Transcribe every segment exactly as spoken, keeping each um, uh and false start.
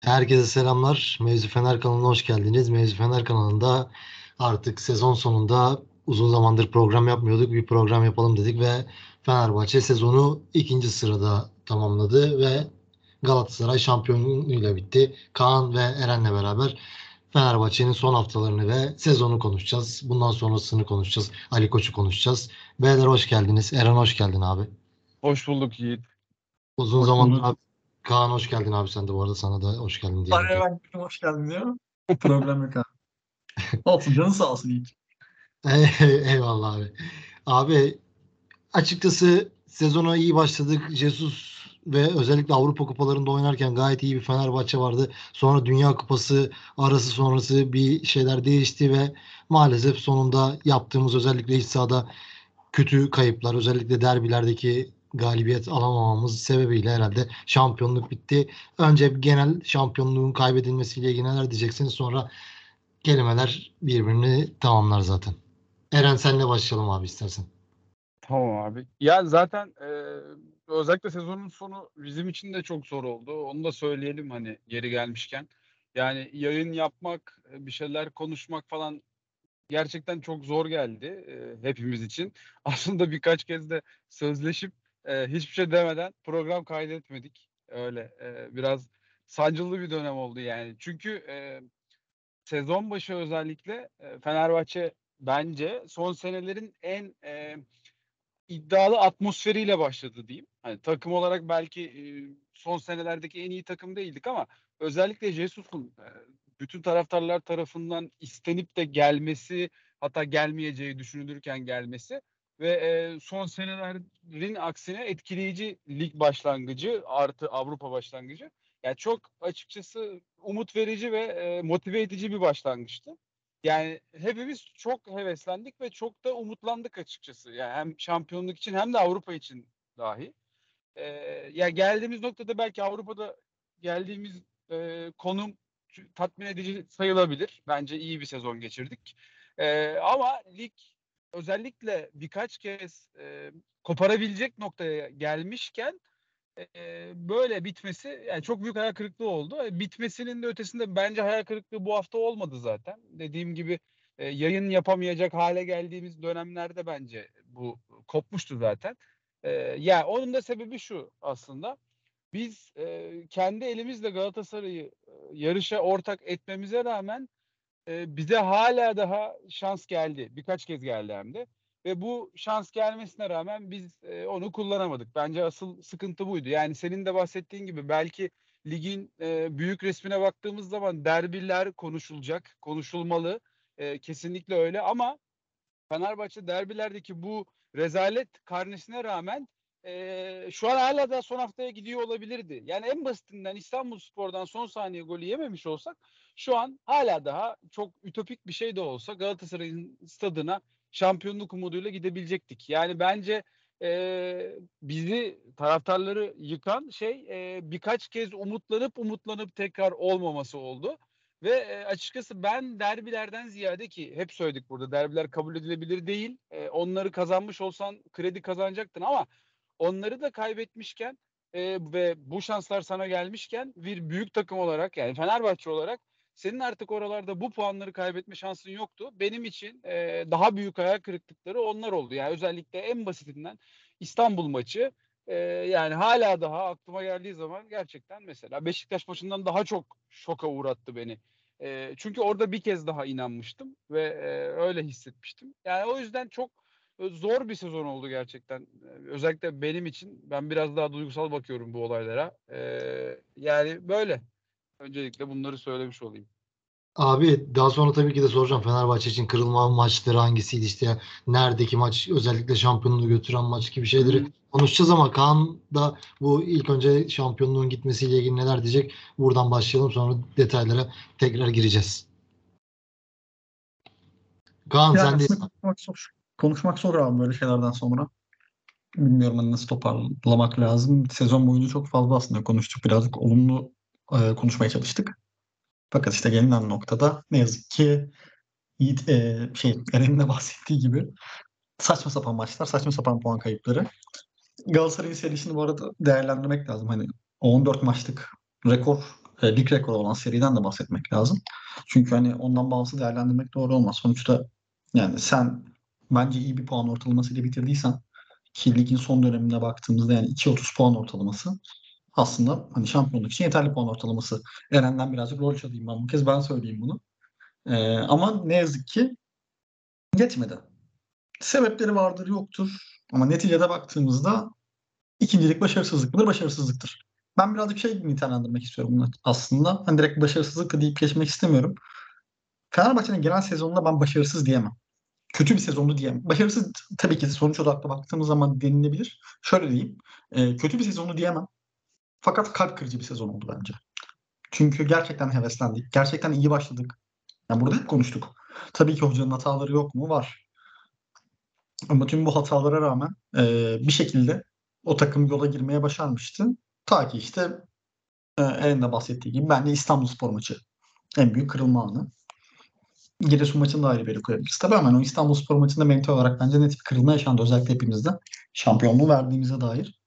Herkese selamlar. Mevzu Fener kanalına hoş geldiniz. Mevzu Fener kanalında artık sezon sonunda uzun zamandır program yapmıyorduk. Bir program yapalım dedik ve Fenerbahçe sezonu ikinci sırada tamamladı ve Galatasaray şampiyonluğuyla bitti. Kaan ve Eren'le beraber Fenerbahçe'nin son haftalarını ve sezonu konuşacağız. Bundan sonrasını konuşacağız. Ali Koç'u konuşacağız. Beyler hoş geldiniz. Eren hoş geldin abi. Hoş bulduk Yiğit. Uzun Hoş zamandır bulduk. abi. Kaan hoş geldin abi, sen de bu arada sana da hoş geldin diyelim. Araya ben gittim, hoş geldin diyor. Problem yok abi. Olsun, canın sağ olsun Yiğit. Eyvallah abi. Abi açıkçası sezona iyi başladık. Jesus ve özellikle Avrupa kupalarında oynarken gayet iyi bir Fenerbahçe vardı. Sonra Dünya Kupası arası sonrası bir şeyler değişti ve maalesef sonunda yaptığımız özellikle iç sahada kötü kayıplar, özellikle derbilerdeki galibiyet alamamamız sebebiyle herhalde şampiyonluk bitti. Önce genel şampiyonluğun kaybedilmesiyle ilgili neler diyeceksiniz? Sonra kelimeler birbirini tamamlar zaten. Eren senle başlayalım abi istersen. Tamam abi. Ya zaten e, özellikle sezonun sonu bizim için de çok zor oldu. Onu da söyleyelim hani yeri gelmişken. Yani yayın yapmak, e, bir şeyler konuşmak falan gerçekten çok zor geldi e, hepimiz için. Aslında birkaç kez de sözleşip e, hiçbir şey demeden program kaydetmedik. Öyle e, biraz sancılı bir dönem oldu yani. Çünkü e, sezon başı özellikle e, Fenerbahçe bence son senelerin en e, iddialı atmosferiyle başladı diyeyim. Hani takım olarak belki e, son senelerdeki en iyi takım değildik ama özellikle Jesus'un e, bütün taraftarlar tarafından istenip de gelmesi, hatta gelmeyeceği düşünülürken gelmesi ve e, son senelerin aksine etkileyici lig başlangıcı artı Avrupa başlangıcı. Yani çok açıkçası umut verici ve e, motive edici bir başlangıçtı. Yani hepimiz çok heveslendik ve çok da umutlandık açıkçası. Yani hem şampiyonluk için hem de Avrupa için dahi. Ee, ya geldiğimiz noktada belki Avrupa'da geldiğimiz e, konum tatmin edici sayılabilir. Bence iyi bir sezon geçirdik. Ee, ama lig özellikle birkaç kez e, koparabilecek noktaya gelmişken e, böyle bitmesi yani çok büyük hayal kırıklığı oldu. E, bitmesinin de ötesinde bence hayal kırıklığı bu hafta olmadı zaten. Dediğim gibi e, yayın yapamayacak hale geldiğimiz dönemlerde bence bu kopmuştu zaten. E, yani onun da sebebi şu aslında. Biz e, kendi elimizle Galatasaray'ı e, yarışa ortak etmemize rağmen e, bize hala daha şans geldi. Birkaç kez geldi hem de. Ve bu şans gelmesine rağmen biz e, onu kullanamadık. Bence asıl sıkıntı buydu. Yani senin de bahsettiğin gibi belki ligin e, büyük resmine baktığımız zaman derbiler konuşulacak, konuşulmalı. E, kesinlikle öyle ama Fenerbahçe derbilerdeki bu rezalet karnesine rağmen e, şu an hala da son haftaya gidiyor olabilirdi. Yani en basitinden İstanbulspor'dan son saniye golü yememiş olsak şu an hala daha çok ütopik bir şey de olsa Galatasaray'ın stadına şampiyonluk umuduyla gidebilecektik. Yani bence e, bizi taraftarları yıkan şey e, birkaç kez umutlanıp umutlanıp tekrar olmaması oldu. Ve e, açıkçası ben derbilerden ziyade ki hep söyledik burada derbiler kabul edilebilir değil. E, onları kazanmış olsan kredi kazanacaktın ama onları da kaybetmişken e, ve bu şanslar sana gelmişken bir büyük takım olarak yani Fenerbahçe olarak senin artık oralarda bu puanları kaybetme şansın yoktu. Benim için e, daha büyük hayal kırıklıkları onlar oldu. Yani özellikle en basitinden İstanbul maçı e, yani hala daha aklıma geldiği zaman gerçekten mesela Beşiktaş maçından daha çok şoka uğrattı beni. E, çünkü orada bir kez daha inanmıştım ve e, öyle hissetmiştim. Yani o yüzden çok zor bir sezon oldu gerçekten. Özellikle benim için. Ben biraz daha duygusal bakıyorum bu olaylara. Ee, yani böyle. Öncelikle bunları söylemiş olayım. Abi daha sonra tabii ki de soracağım Fenerbahçe için kırılma maçları hangisiydi, işte neredeki maç, özellikle şampiyonluğu götüren maç gibi şeyleri Hı-hı. konuşacağız ama Kaan da bu ilk önce şampiyonluğun gitmesiyle ilgili neler diyecek? Buradan başlayalım, sonra detaylara tekrar gireceğiz. Kaan Yani sen de. aslında konuşmak zor. Konuşmak zor abi böyle şeylerden sonra. Bilmiyorum hani nasıl toparlamak lazım. Sezon boyunca çok fazla aslında konuştuk. Birazcık olumlu e, konuşmaya çalıştık. Fakat işte gelinen noktada ne yazık ki Yiğit, e, şey Eren'in de bahsettiği gibi saçma sapan maçlar, saçma sapan puan kayıpları. Galatasaray'ın serisini bu arada değerlendirmek lazım. Hani on dört maçlık rekor e, lig rekoru olan seriden de bahsetmek lazım. Çünkü hani ondan bağımsız değerlendirmek doğru olmaz. Sonuçta yani sen bence iyi bir puan ortalamasıyla bitirdiysen ki ligin son dönemine baktığımızda yani iki otuz puan ortalaması aslında hani şampiyonluk için yeterli puan ortalaması. Eren'den birazcık rol çalayım ben bu kez ben söyleyeyim bunu. Ee, ama ne yazık ki yetmedi. Sebepleri vardır yoktur ama neticede baktığımızda ikincilik başarısızlık mıdır? Başarısızlıktır. Ben birazcık şey gibi nitelendirmek istiyorum bunu aslında. Hani direkt başarısızlık deyip geçmek istemiyorum. Fenerbahçe'nin genel sezonunda ben başarısız diyemem. Kötü bir sezondu diyemem. Başarısız tabii ki sonuç odaklı baktığımız zaman denilebilir. Şöyle diyeyim. E, kötü bir sezondu diyemem. Fakat kalp kırıcı bir sezon oldu bence. Çünkü gerçekten heveslendik. Gerçekten iyi başladık. Yani burada hep konuştuk. Tabii ki hocanın hataları yok mu? Var. Ama tüm bu hatalara rağmen e, bir şekilde o takım yola girmeye başarmıştı. Ta ki işte e, Eren de bahsettiği gibi bence İstanbulspor maçı en büyük kırılma anı. Giresun maçını da ayrı bir yere koyabiliriz. Tabii ama o İstanbulspor maçında mental olarak bence net bir kırılma yaşandı. Özellikle hepimizde. Şampiyonluğu verdiğimize dair.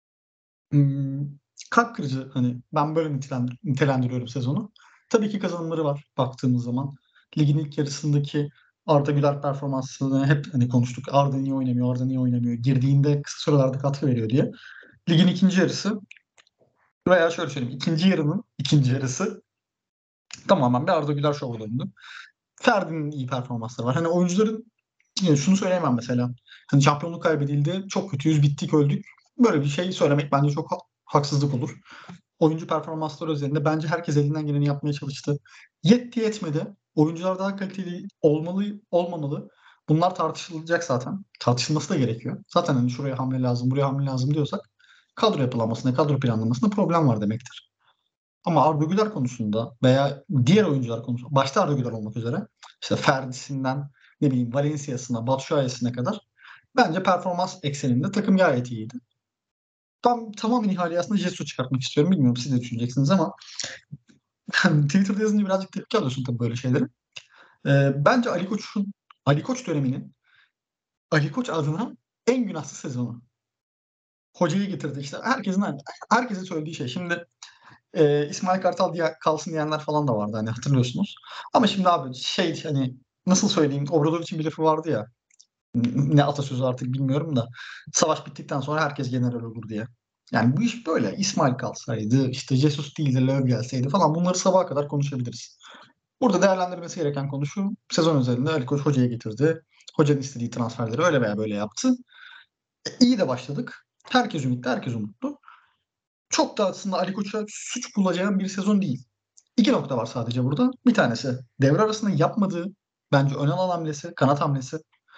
Hmm, kalp kırıcı hani ben böyle nitelendir nitelendiriyorum sezonu. Tabii ki kazanımları var baktığımız zaman. Ligin ilk yarısındaki Arda Güler performansını hep hani konuştuk. Arda niye oynamıyor, Arda niye oynamıyor. Girdiğinde kısa sürelerde katkı veriyor diye. Ligin ikinci yarısı veya şöyle söyleyeyim ikinci yarının ikinci yarısı tamamen bir Arda Güler şovu döndü. Ferdi'nin iyi performansları var. Hani oyuncuların yani şunu söyleyemem mesela. Hani şampiyonluk kaybedildi. Çok kötüyüz, bittik, öldük. Böyle bir şey söylemek bence çok ha- haksızlık olur. Oyuncu performansları üzerinde bence herkes elinden geleni yapmaya çalıştı. Yetti yetmedi. Oyuncular daha kaliteli olmalı, olmamalı. Bunlar tartışılacak zaten. Tartışılması da gerekiyor. Zaten hani şuraya hamle lazım, buraya hamle lazım diyorsak kadro yapılanmasında, kadro planlamasında problem var demektir. Ama Arda Güler konusunda veya diğer oyuncular konusunda, başta Arda Güler olmak üzere işte Ferdi'sinden ne bileyim Valencia'sına, Batshuayi'sine kadar bence performans ekseninde takım gayet iyiydi. Tam tamamen ihaleye aslında Jesus çıkartmak istiyorum. Bilmiyorum siz de düşüneceksiniz ama Twitter'da yazınca birazcık tepki alıyorsun tabii böyle şeyleri. Ee, bence Ali Koç'un Ali Koç döneminin Ali Koç adına en günahsız sezonu. Hocayı getirdi işte. Herkesin herkesin söylediği şey. Şimdi e, İsmail Kartal diye kalsın diyenler falan da vardı hani hatırlıyorsunuz. Ama şimdi abi şey hani nasıl söyleyeyim Obradovic'in bir lafı vardı ya ne atasözü artık bilmiyorum da savaş bittikten sonra herkes general olur diye. Yani bu iş böyle. İsmail kalsaydı, işte Jesus değil de Löw gelseydi falan bunları sabaha kadar konuşabiliriz. Burada değerlendirmesi gereken konu şu. Sezon özelinde Ali Koç hocaya getirdi. Hocanın istediği transferleri öyle veya böyle yaptı. E, iyi de başladık. Herkes ümitli, herkes umutlu. Çok da aslında Ali Koç'a suç bulacağım bir sezon değil. İki nokta var sadece burada. Bir tanesi devre arasında yapmadığı bence ön alan hamlesi, kanat hamlesi.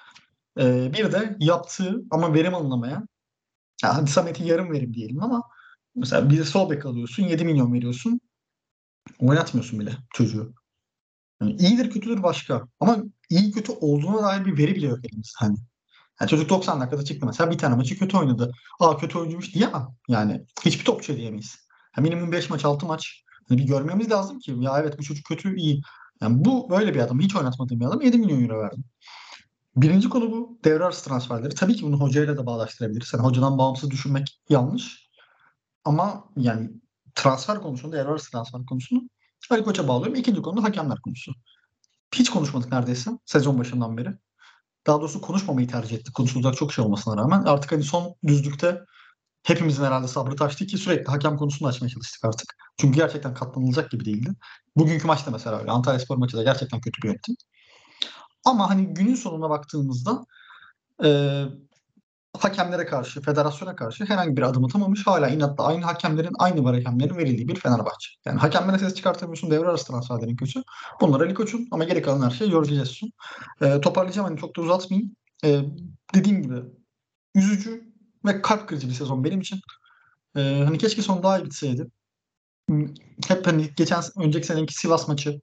Ee, bir de yaptığı ama verim alınamayan. Ya hadi Samet'i yarım verim diyelim ama mesela bir de sol bek alıyorsun yedi milyon veriyorsun. Oynatmıyorsun bile çocuğu. Yani iyidir kötüdür başka. Ama iyi kötü olduğuna dair bir veri bile yok elimizde. Hani. Yani çocuk doksan dakikada çıktı mesela bir tane maçı kötü oynadı. Aa kötü oyuncuymuş diyemem. Yani hiçbir topçu diyemeyiz. Ya minimum beş maç altı maç. Hani bir görmemiz lazım ki ya evet bu çocuk kötü iyi. Yani bu böyle bir adam. Hiç oynatmadığım bir adam yedi milyon euro verdim. Birinci konu bu. Devre arası transferleri. Tabii ki bunu hocayla da bağdaştırabiliriz. Yani hocadan bağımsız düşünmek yanlış. Ama yani transfer konusunda, devre arası transfer konusunu Ali Koç'a bağlıyorum. İkinci konu da hakemler konusu. Hiç konuşmadık neredeyse sezon başından beri. Daha doğrusu konuşmamayı tercih ettik. Konuşulacak çok şey olmasına rağmen. Artık hani son düzlükte hepimizin herhalde sabrı taştı ki sürekli hakem konusunu açmaya çalıştık artık. Çünkü gerçekten katlanılacak gibi değildi. Bugünkü maçta mesela öyle. Antalyaspor maçı da gerçekten kötü bir yönetim. Ama hani günün sonuna baktığımızda e, hakemlere karşı, federasyona karşı herhangi bir adım atamamış. Hala inatla aynı hakemlerin, aynı var hakemlerin verildiği bir Fenerbahçe. Yani hakemlere ses çıkartamıyorsun, devre arası transferlerin kötü. Bunlar Ali Koç'un ama geri kalan her şey Jorge Jesus'un. E, toparlayacağım hani çok da uzatmayayım. E, dediğim gibi üzücü ve kalp kırıcı bir sezon benim için. E, hani keşke son daha iyi bitseydi. Hep hani geçen önceki seneki Sivas maçı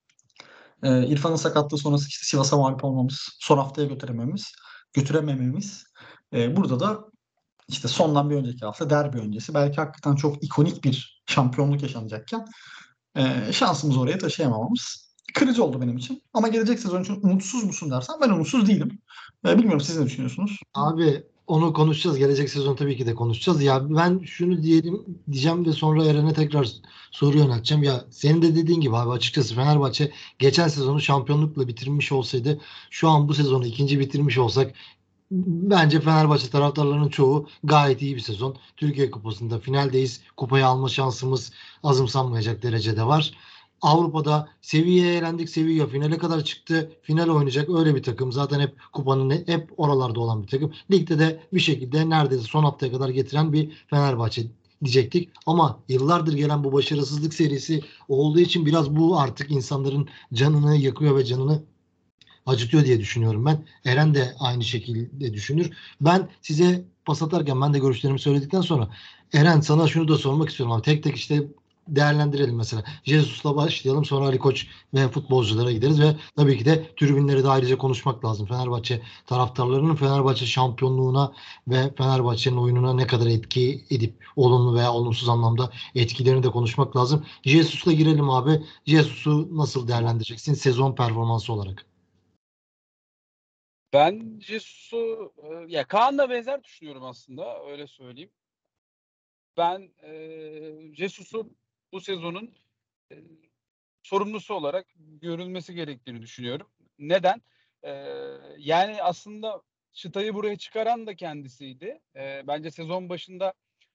e, İrfan'ın sakatlığı sonrası işte Sivas'a mağlup olmamız, son haftaya götürememiz, götüremememiz. E, burada da işte sondan bir önceki hafta derbi öncesi belki hakikaten çok ikonik bir şampiyonluk yaşanacakken e, şansımızı oraya taşıyamamamız kırıcı oldu benim için. Ama gelecek sezon için umutsuz musun dersen ben umutsuz değilim. E, bilmiyorum siz ne düşünüyorsunuz? Abi Onu konuşacağız. Gelecek sezon tabii ki de konuşacağız. Ya ben şunu diyelim diyeceğim ve sonra Eren'e tekrar soru yönelteceğim. Ya senin de dediğin gibi abi, açıkçası Fenerbahçe geçen sezonu şampiyonlukla bitirmiş olsaydı, şu an bu sezonu ikinci bitirmiş olsak, bence Fenerbahçe taraftarlarının çoğu gayet iyi bir sezon. Türkiye Kupası'nda finaldeyiz. Kupayı alma şansımız azımsanmayacak derecede var. Avrupa'da Sevilla'ya elendik. Sevilla finale kadar çıktı. Final oynayacak öyle bir takım. Zaten hep kupanın hep oralarda olan bir takım. Ligde de bir şekilde neredeyse son haftaya kadar getiren bir Fenerbahçe diyecektik. Ama yıllardır gelen bu başarısızlık serisi olduğu için biraz bu artık insanların canını yakıyor ve canını acıtıyor diye düşünüyorum ben. Eren de aynı şekilde düşünür. Ben size pas atarken ben de görüşlerimi söyledikten sonra Eren, sana şunu da sormak istiyorum ama tek tek işte değerlendirelim mesela. Jesus'la başlayalım, sonra Ali Koç ve futbolculara gideriz ve tabii ki de tribünleri de ayrıca konuşmak lazım. Fenerbahçe taraftarlarının Fenerbahçe şampiyonluğuna ve Fenerbahçe'nin oyununa ne kadar etki edip olumlu veya olumsuz anlamda etkilerini de konuşmak lazım. Jesus'la girelim abi. Jesus'u nasıl değerlendireceksin sezon performansı olarak? Ben Jesus'u e, ya Kaan'la benzer düşünüyorum aslında, öyle söyleyeyim. Ben e, Jesus'un bu sezonun e, sorumlusu olarak görülmesi gerektiğini düşünüyorum. Neden? E, yani aslında çıtayı buraya çıkaran da kendisiydi. E, bence sezon başında,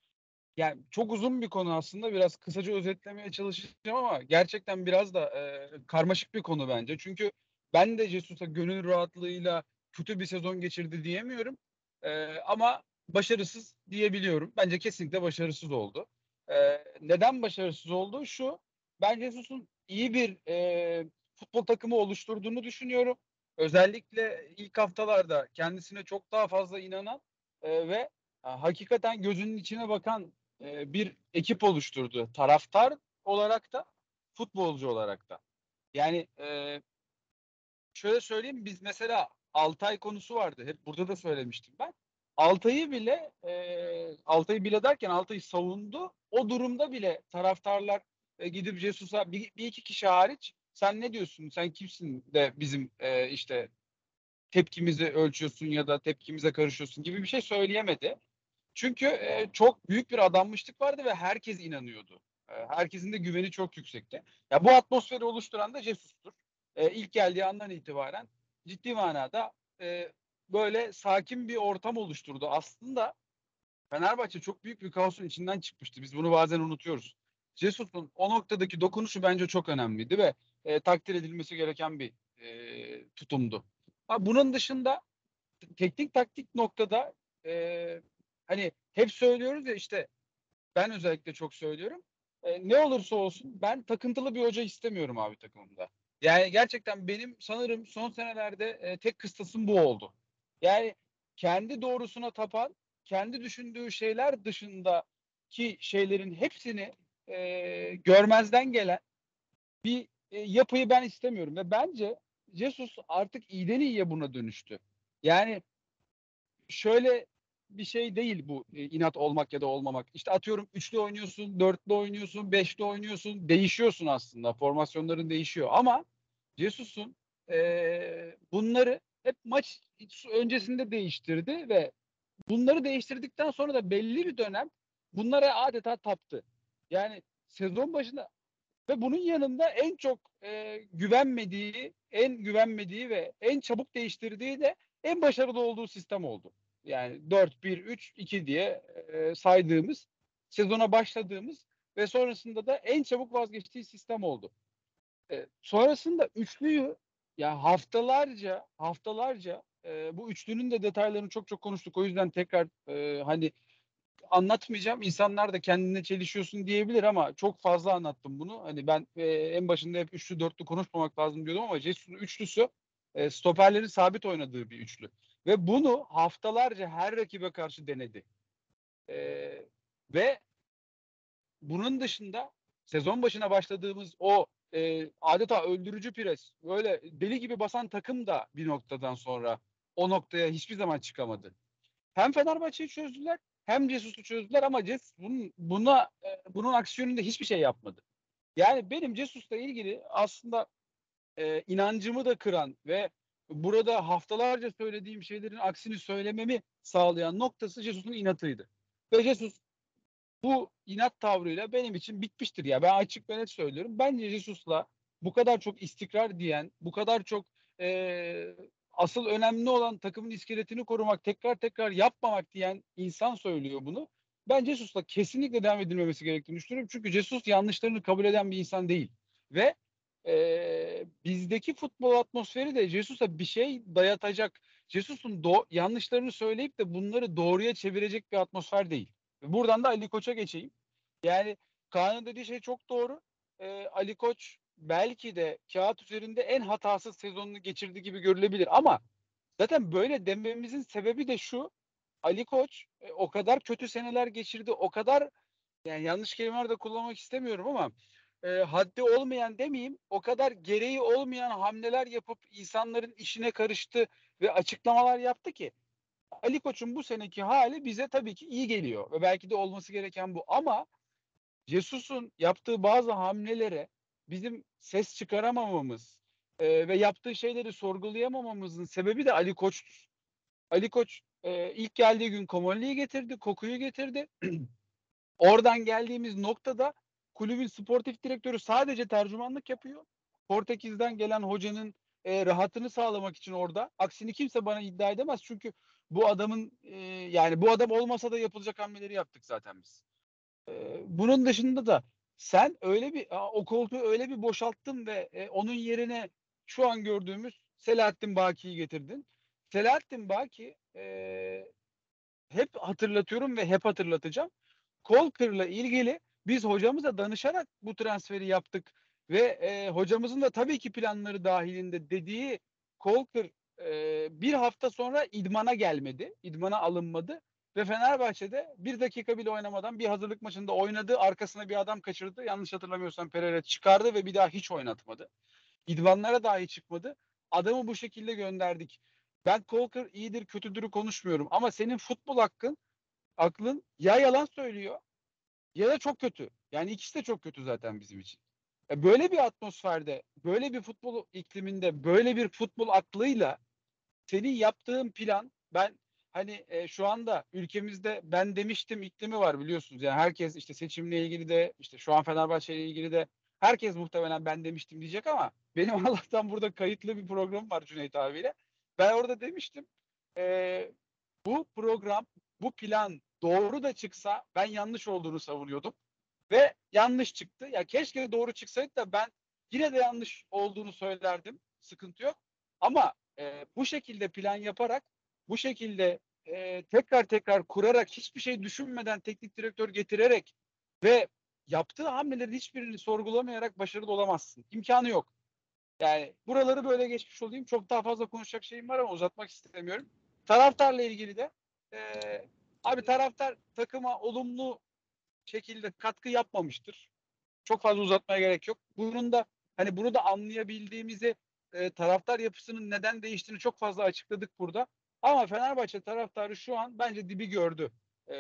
yani çok uzun bir konu aslında, biraz kısaca özetlemeye çalışacağım ama gerçekten biraz da e, karmaşık bir konu bence. Çünkü ben de Jesus'a gönül rahatlığıyla kötü bir sezon geçirdi diyemiyorum. E, ama başarısız diyebiliyorum. Bence kesinlikle başarısız oldu. E, neden başarısız oldu? Şu, ben Jesus'un iyi bir e, futbol takımı oluşturduğunu düşünüyorum. Özellikle ilk haftalarda kendisine çok daha fazla inanan e, ve ha, hakikaten gözünün içine bakan e, bir ekip oluşturdu. Taraftar olarak da, futbolcu olarak da. Yani e, şöyle söyleyeyim, biz mesela Altay konusu vardı. Hep burada da söylemiştim ben. Altay'ı bile e, Altay'ı bile derken Altay'ı savundu. O durumda bile taraftarlar e, gidip Jesus'a bir, bir iki kişi hariç, sen ne diyorsun, sen kimsin de bizim e, işte tepkimizi ölçüyorsun ya da tepkimize karışıyorsun gibi bir şey söyleyemedi. Çünkü e, çok büyük bir adanmışlık vardı ve herkes inanıyordu. E, herkesin de güveni çok yüksekti. Ya bu atmosferi oluşturan da Jesus'tur. E, ilk geldiği andan itibaren ciddi manada e, böyle sakin bir ortam oluşturdu. Aslında Fenerbahçe çok büyük bir kaosun içinden çıkmıştı. Biz bunu bazen unutuyoruz. Jesus'un o noktadaki dokunuşu bence çok önemliydi ve e, takdir edilmesi gereken bir e, tutumdu. Ha, bunun dışında teknik taktik noktada e, hani hep söylüyoruz ya, işte ben özellikle çok söylüyorum. E, ne olursa olsun ben takıntılı bir hoca istemiyorum abi takımımda. Yani gerçekten benim sanırım son senelerde e, tek kıstasım bu oldu. Yani kendi doğrusuna tapan, kendi düşündüğü şeyler dışındaki şeylerin hepsini e, görmezden gelen bir e, yapıyı ben istemiyorum. Ve bence Jesus artık iyiden iyiye buna dönüştü. Yani şöyle bir şey değil bu, e, inat olmak ya da olmamak. İşte atıyorum, üçlü oynuyorsun, dörtlü oynuyorsun, beşli oynuyorsun, değişiyorsun aslında. Formasyonların değişiyor ama Jesus'un e, bunları hep maç öncesinde değiştirdi ve bunları değiştirdikten sonra da belli bir dönem bunlara adeta taptı. Yani sezon başında ve bunun yanında en çok e, güvenmediği, en güvenmediği ve en çabuk değiştirdiği de en başarılı olduğu sistem oldu. Yani dört bir üç iki diye e, saydığımız, sezona başladığımız ve sonrasında da en çabuk vazgeçtiği sistem oldu. E, sonrasında üçlüyü, ya haftalarca haftalarca e, bu üçlünün de detaylarını çok çok konuştuk. O yüzden tekrar e, hani anlatmayacağım. İnsanlar da kendine çelişiyorsun diyebilir ama çok fazla anlattım bunu. Hani ben e, en başında hep üçlü dörtlü konuşmamak lazım diyordum ama Jesus'un üçlüsü e, stoperlerin sabit oynadığı bir üçlü. Ve bunu haftalarca her rakibe karşı denedi. E, ve bunun dışında sezon başına başladığımız o e, adeta öldürücü pres, böyle deli gibi basan takım da bir noktadan sonra o noktaya hiçbir zaman çıkamadı. Hem Fenerbahçe'yi çözdüler hem Jesus'u çözdüler ama Jesus bunun, buna, e, bunun aksiyonunda hiçbir şey yapmadı. Yani benim Jesus'la ilgili aslında e, inancımı da kıran ve burada haftalarca söylediğim şeylerin aksini söylememi sağlayan noktası Jesus'un inatıydı. Ve Jesus bu inat tavrıyla benim için bitmiştir ya. Ben açık ve net söylüyorum. Bence Jesus'la bu kadar çok istikrar diyen, bu kadar çok e, asıl önemli olan takımın iskeletini korumak, tekrar tekrar yapmamak diyen insan söylüyor bunu. Ben Jesus'la kesinlikle devam edilmemesi gerektiğini düşünüyorum. Çünkü Jesus yanlışlarını kabul eden bir insan değil. Ve e, bizdeki futbol atmosferi de Jesus'a bir şey dayatacak, Jesus'un do- yanlışlarını söyleyip de bunları doğruya çevirecek bir atmosfer değil. Buradan da Ali Koç'a geçeyim. Yani Kaan'ın dediği şey çok doğru. Ee, Ali Koç belki de kağıt üzerinde en hatasız sezonunu geçirdi gibi görülebilir ama zaten böyle dememizin sebebi de şu. Ali Koç e, o kadar kötü seneler geçirdi. O kadar, yani yanlış kelimeler de kullanmak istemiyorum ama e, haddi olmayan demeyeyim, o kadar gereği olmayan hamleler yapıp insanların işine karıştı ve açıklamalar yaptı ki Ali Koç'un bu seneki hali bize tabii ki iyi geliyor ve belki de olması gereken bu. Ama Jesus'un yaptığı bazı hamlelere bizim ses çıkaramamamız e, ve yaptığı şeyleri sorgulayamamamızın sebebi de Ali Koç'tur. Ali Koç e, ilk geldiği gün Komolli'yi getirdi, Koku'yu getirdi. Oradan geldiğimiz noktada kulübün sportif direktörü sadece tercümanlık yapıyor. Portekiz'den gelen hocanın e, rahatını sağlamak için orada. Aksini kimse bana iddia edemez. Çünkü bu adamın e, yani bu adam olmasa da yapılacak hamleleri yaptık zaten biz. E, bunun dışında da sen öyle bir o koltuğu öyle bir boşalttın ve e, onun yerine şu an gördüğümüz Selahattin Baki'yi getirdin. Selahattin Baki e, hep hatırlatıyorum ve hep hatırlatacağım. Kolkır'la ilgili biz hocamıza danışarak bu transferi yaptık ve e, hocamızın da tabii ki planları dahilinde dediği Kolkır e, bir hafta sonra idmana gelmedi, idmana alınmadı ve Fenerbahçe'de bir dakika bile oynamadan bir hazırlık maçında oynadı, arkasına bir adam kaçırdı, yanlış hatırlamıyorsam Pereira çıkardı ve bir daha hiç oynatmadı. İdmanlara dahi çıkmadı. Adamı bu şekilde gönderdik. Ben Kolkır iyidir kötüdürü konuşmuyorum ama senin futbol hakkın aklın ya yalan söylüyor ya da çok kötü. Yani ikisi de çok kötü zaten bizim için. E böyle bir atmosferde, böyle bir futbol ikliminde, böyle bir futbol aklıyla senin yaptığın plan, ben hani e, şu anda ülkemizde ben demiştim iklimi var biliyorsunuz. Yani herkes işte seçimle ilgili de işte şu an Fenerbahçe ile ilgili de herkes muhtemelen ben demiştim diyecek ama benim Allah'tan burada kayıtlı bir programım var Cüneyt abiyle. Ben orada demiştim. E, bu program, bu plan doğru da çıksa ben yanlış olduğunu savunuyordum. Ve yanlış çıktı. Ya keşke doğru çıksaydı da ben yine de yanlış olduğunu söylerdim. Sıkıntı yok. Ama e, bu şekilde plan yaparak, bu şekilde e, tekrar tekrar kurarak, hiçbir şey düşünmeden teknik direktör getirerek ve yaptığı hamlelerin hiçbirini sorgulamayarak başarılı olamazsın. İmkanı yok. Yani buraları böyle geçmiş olayım. Çok daha fazla konuşacak şeyim var ama uzatmak istemiyorum. Taraftarla ilgili de e, abi taraftar takıma olumlu şekilde katkı yapmamıştır. Çok fazla uzatmaya gerek yok. Bunun da hani bunu da anlayabildiğimizi e, taraftar yapısının neden değiştiğini çok fazla açıkladık burada. Ama Fenerbahçe taraftarı şu an bence dibi gördü. E,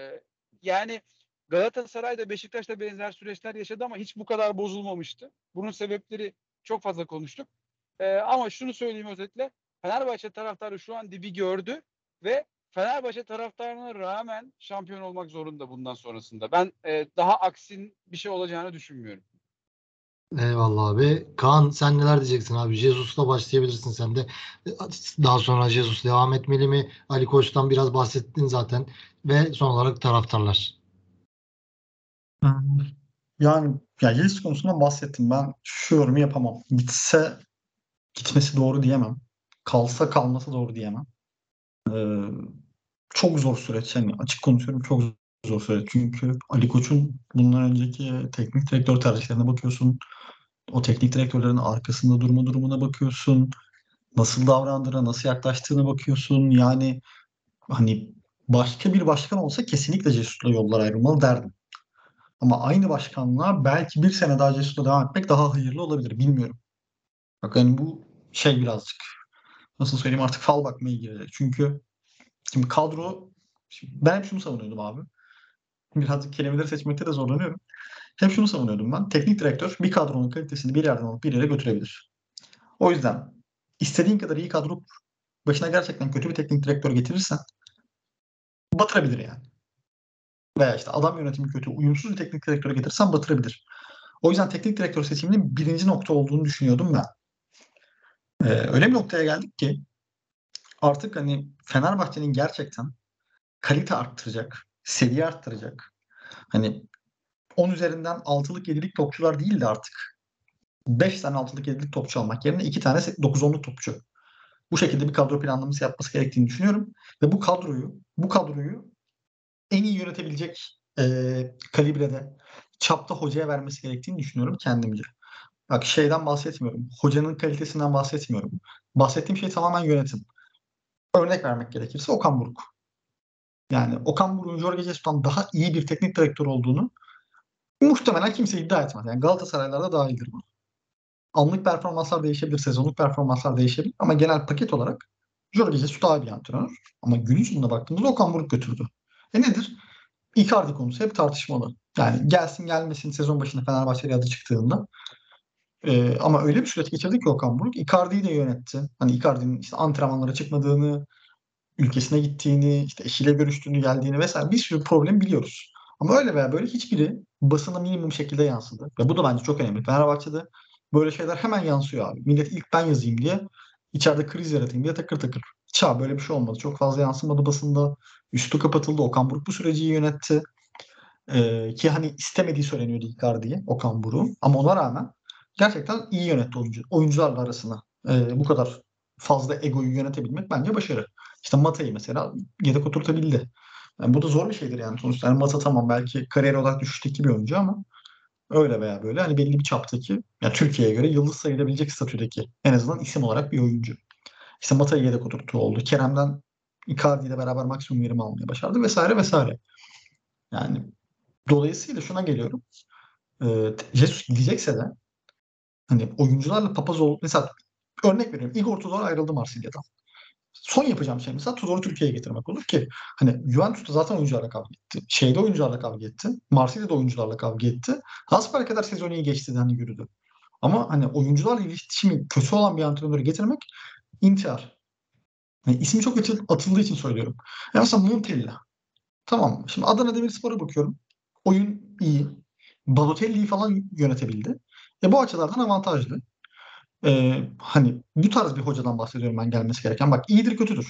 yani Galatasaray da Beşiktaş da benzer süreçler yaşadı ama hiç bu kadar bozulmamıştı. Bunun sebepleri çok fazla konuştuk. E, ama şunu söyleyeyim özetle. Fenerbahçe taraftarı şu an dibi gördü ve Fenerbahçe taraftarına rağmen şampiyon olmak zorunda bundan sonrasında. Ben e, daha aksin bir şey olacağını düşünmüyorum. Eyvallah abi. Kaan sen neler diyeceksin abi? Jesus'la başlayabilirsin sen de. Daha sonra Jesus devam etmeli mi? Ali Koç'tan biraz bahsettin zaten. Ve son olarak taraftarlar. Hmm. Yani ya Yeliz konusundan bahsettim. Ben şu yorumu yapamam. Gitse gitmesi doğru diyemem. Kalsa kalması doğru diyemem. Ee, Çok zor süreç. Yani açık konuşuyorum, çok zor süreç. Çünkü Ali Koç'un bundan önceki teknik direktör tercihlerine bakıyorsun. O teknik direktörlerin arkasında durma durumuna bakıyorsun. Nasıl davrandığına, nasıl yaklaştığına bakıyorsun. Yani hani başka bir başkan olsa kesinlikle Cesus'la yollar ayrılmalı derdim. Ama aynı başkanlığa belki bir sene daha Cesus'la devam etmek daha hayırlı olabilir. Bilmiyorum. Bak hani bu şey birazcık nasıl söyleyeyim artık fal bakmaya girecek. Çünkü şimdi kadro şimdi ben hep şunu savunuyordum abi. Birazcık kelimeleri seçmekte de zorlanıyorum. Hep şunu savunuyordum ben. Teknik direktör bir kadronun kalitesini bir yerden alıp bir yere götürebilir. O yüzden istediğin kadar iyi kadro kur. Başına gerçekten kötü bir teknik direktör getirirsen batırabilir yani. Veya işte adam yönetimi kötü, uyumsuz bir teknik direktör getirirsen batırabilir. O yüzden teknik direktör seçiminin birinci nokta olduğunu düşünüyordum ben. Ee, öyle bir noktaya geldik ki artık hani Fenerbahçe'nin gerçekten kalite arttıracak, seviye arttıracak. Hani on üzerinden altılık yedilik topçular değil de artık beş tane altılık yedilik topçu almak yerine iki tane dokuz onluk topçu. Bu şekilde bir kadro planlaması yapması gerektiğini düşünüyorum. Ve bu kadroyu, bu kadroyu en iyi yönetebilecek e, kalibrede, çapta hocaya vermesi gerektiğini düşünüyorum kendimce. Bak şeyden bahsetmiyorum. Hocanın kalitesinden bahsetmiyorum. Bahsettiğim şey tamamen yönetim. Örnek vermek gerekirse Okan Buruk. Yani Okan Buruk'un Jorge Jesus'tan daha iyi bir teknik direktör olduğunu muhtemelen kimse iddia etmez. Yani Galatasaraylılar da dahildir bu. Anlık performanslar değişebilir, sezonluk performanslar değişebilir ama genel paket olarak Jorge Jesus daha iyi bir antrenör. Ama günün sonuna baktığımızda Okan Buruk götürdü. E nedir? Icardi konusu hep tartışmalı. Yani gelsin gelmesin sezon başında Fenerbahçe'ye adı çıktığında. Ee, ama öyle bir süreç geçirdi ki Okan Buruk Icardi'yi de yönetti. Hani Icardi'nin işte antrenmanlara çıkmadığını, ülkesine gittiğini, işte eşiyle görüştüğünü, geldiğini vesaire bir sürü problem biliyoruz. Ama öyle veya böyle hiçbiri basına minimum şekilde yansıdı. Ve bu da bence çok önemli. Fenerbahçe'de böyle şeyler hemen yansıyor abi. Millet ilk ben yazayım diye içeride kriz yaratayım diye takır takır. Hiç abi böyle bir şey olmadı. Çok fazla yansımadı basında. Üstü kapatıldı. Okan Buruk bu süreci iyi yönetti. Ee, ki hani istemediği söyleniyordu Icardi'ye Okan Buruk'un. Ama ona rağmen gerçekten iyi yönetti oyuncu, oyuncularla arasını. Ee, bu kadar fazla egoyu yönetebilmek bence başarı. İşte Mata'yı mesela yedek oturtabildi. Yani bu da zor bir şeydir yani sonuçta. Yani Mata tamam belki kariyer olarak düşüşteki bir oyuncu ama öyle veya böyle hani belli bir çaptaki yani Türkiye'ye göre yıldız sayılabilecek statüdeki en azından isim olarak bir oyuncu. İşte Mata'yı yedek oturttuğu oldu. Kerem'den Icardi ile beraber maksimum verimi almaya başardı vesaire vesaire. Yani dolayısıyla şuna geliyorum. Ee, Jesus gidecekse de hani oyuncularla papaz ol mesela örnek veriyorum. Igor Tudor ayrıldı Marsilya'dan. Son yapacağım şey mesela Tudor'u Türkiye'ye getirmek olur ki hani Juventus'ta zaten oyuncularla kavga etti. Şeyde oyuncularla kavga etti. Marsilya'da oyuncularla kavga etti. Hasbel kadar sezonu iyi geçti de hani yürüdü. Ama hani oyuncularla iletişimi kötü olan bir antrenörü getirmek intihar. Yani ismi çok atıl- atıldığı için söylüyorum. Ya mesela Montella. Tamam. Şimdi Adana Demirspor'a bakıyorum. Oyun iyi. Balotelli'yi falan yönetebildi. E bu açılardan avantajlı. Ee, hani bu tarz bir hocadan bahsediyorum ben gelmesi gereken. Bak iyidir kötüdür.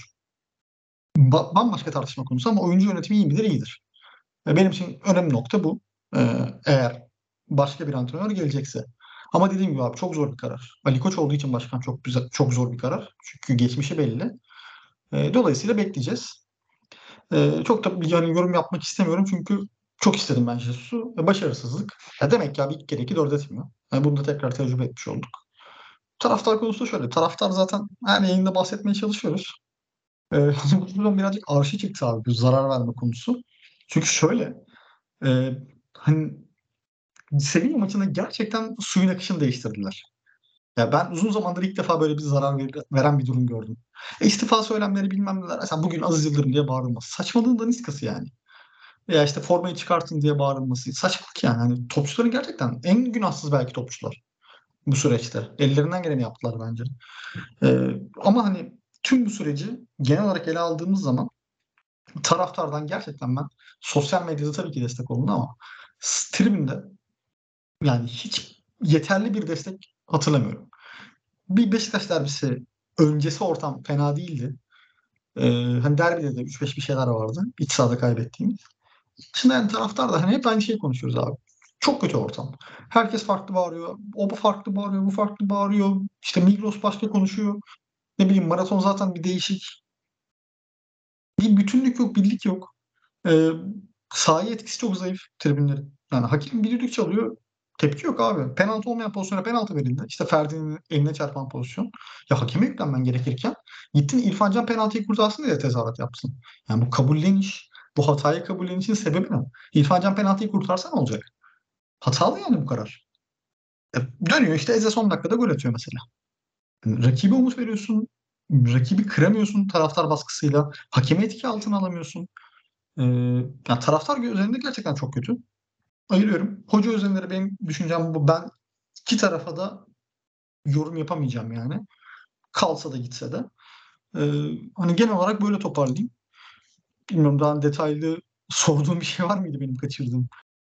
Ba- bambaşka tartışma konusu ama oyuncu yönetimi iyi midir iyidir. Ve benim için önemli nokta bu. Ee, eğer başka bir antrenör gelecekse. Ama dediğim gibi abi çok zor bir karar. Ali Koç olduğu için başkan çok güzel, çok zor bir karar. Çünkü geçmişi belli. Ee, dolayısıyla bekleyeceğiz. Ee, çok da bir yani yorum yapmak istemiyorum çünkü çok istedim ben Jesus'u ve başarısızlık. Ya demek ki abi iki kere iki dört etmiyor. Yani bunu da tekrar tecrübe etmiş olduk. Taraftar konusu da şöyle. Taraftar zaten her yayında bahsetmeye çalışıyoruz. Ee, buradan birazcık arşa çıktı abi bu zarar verme konusu. Çünkü şöyle e, hani Sevilla maçında gerçekten suyun akışını değiştirdiler. Ya ben uzun zamandır ilk defa böyle bir zarar ver- veren bir durum gördüm. E, istifa söylemleri bilmem neler. Mesela bugün Aziz Yıldırım diye bağırılması. Saçmalığın daniskası yani. Veya işte formayı çıkartın diye bağırılması. Saçmalık yani. Hani topçuların gerçekten en günahsız belki topçular bu süreçte. Ellerinden geleni yaptılar bence. Ee, ama hani tüm bu süreci genel olarak ele aldığımız zaman taraftardan gerçekten ben sosyal medyada tabii ki destek olun ama s- tribünde yani hiç yeterli bir destek hatırlamıyorum. Bir Beşiktaş derbisi öncesi ortam fena değildi. Ee, hani derbide de üç beş bir şeyler vardı. İç sahada kaybettiğimiz. Şimdi yani taraftar da hani hep aynı şeyi konuşuyoruz abi. Çok kötü ortam. Herkes farklı bağırıyor. O bu farklı bağırıyor, bu farklı bağırıyor. İşte Migros başka konuşuyor. Ne bileyim maraton zaten bir değişik. Bir bütünlük yok, birlik yok. Ee, sahaya etkisi çok zayıf tribünlerin. Yani hakem bir düdük çalıyor. Tepki yok abi. Penaltı olmayan pozisyona penaltı verildi. İşte Ferdi'nin eline çarpan pozisyon. Ya hakeme yüklenmen gerekirken gittin İrfan Can penaltıyı kurtarsın diye tezahürat yapsın. Yani bu kabulleniş, bu hatayı kabullenişin sebebi ne? İrfan Can penaltıyı kurtarsa ne olacak? Hatalı yani bu karar. E, dönüyor işte Eze son dakikada gol atıyor mesela. Yani rakibi umut veriyorsun. Rakibi kıramıyorsun taraftar baskısıyla. Hakemi etki altına alamıyorsun. Ee, yani taraftar üzerinde gerçekten çok kötü. Ayırıyorum. Hoca üzerinde benim düşüncem bu. Ben iki tarafa da yorum yapamayacağım yani. kalsa da gitse de. Ee, hani genel olarak böyle toparlayayım. Bilmiyorum daha detaylı sorduğum bir şey var mıydı benim kaçırdığım?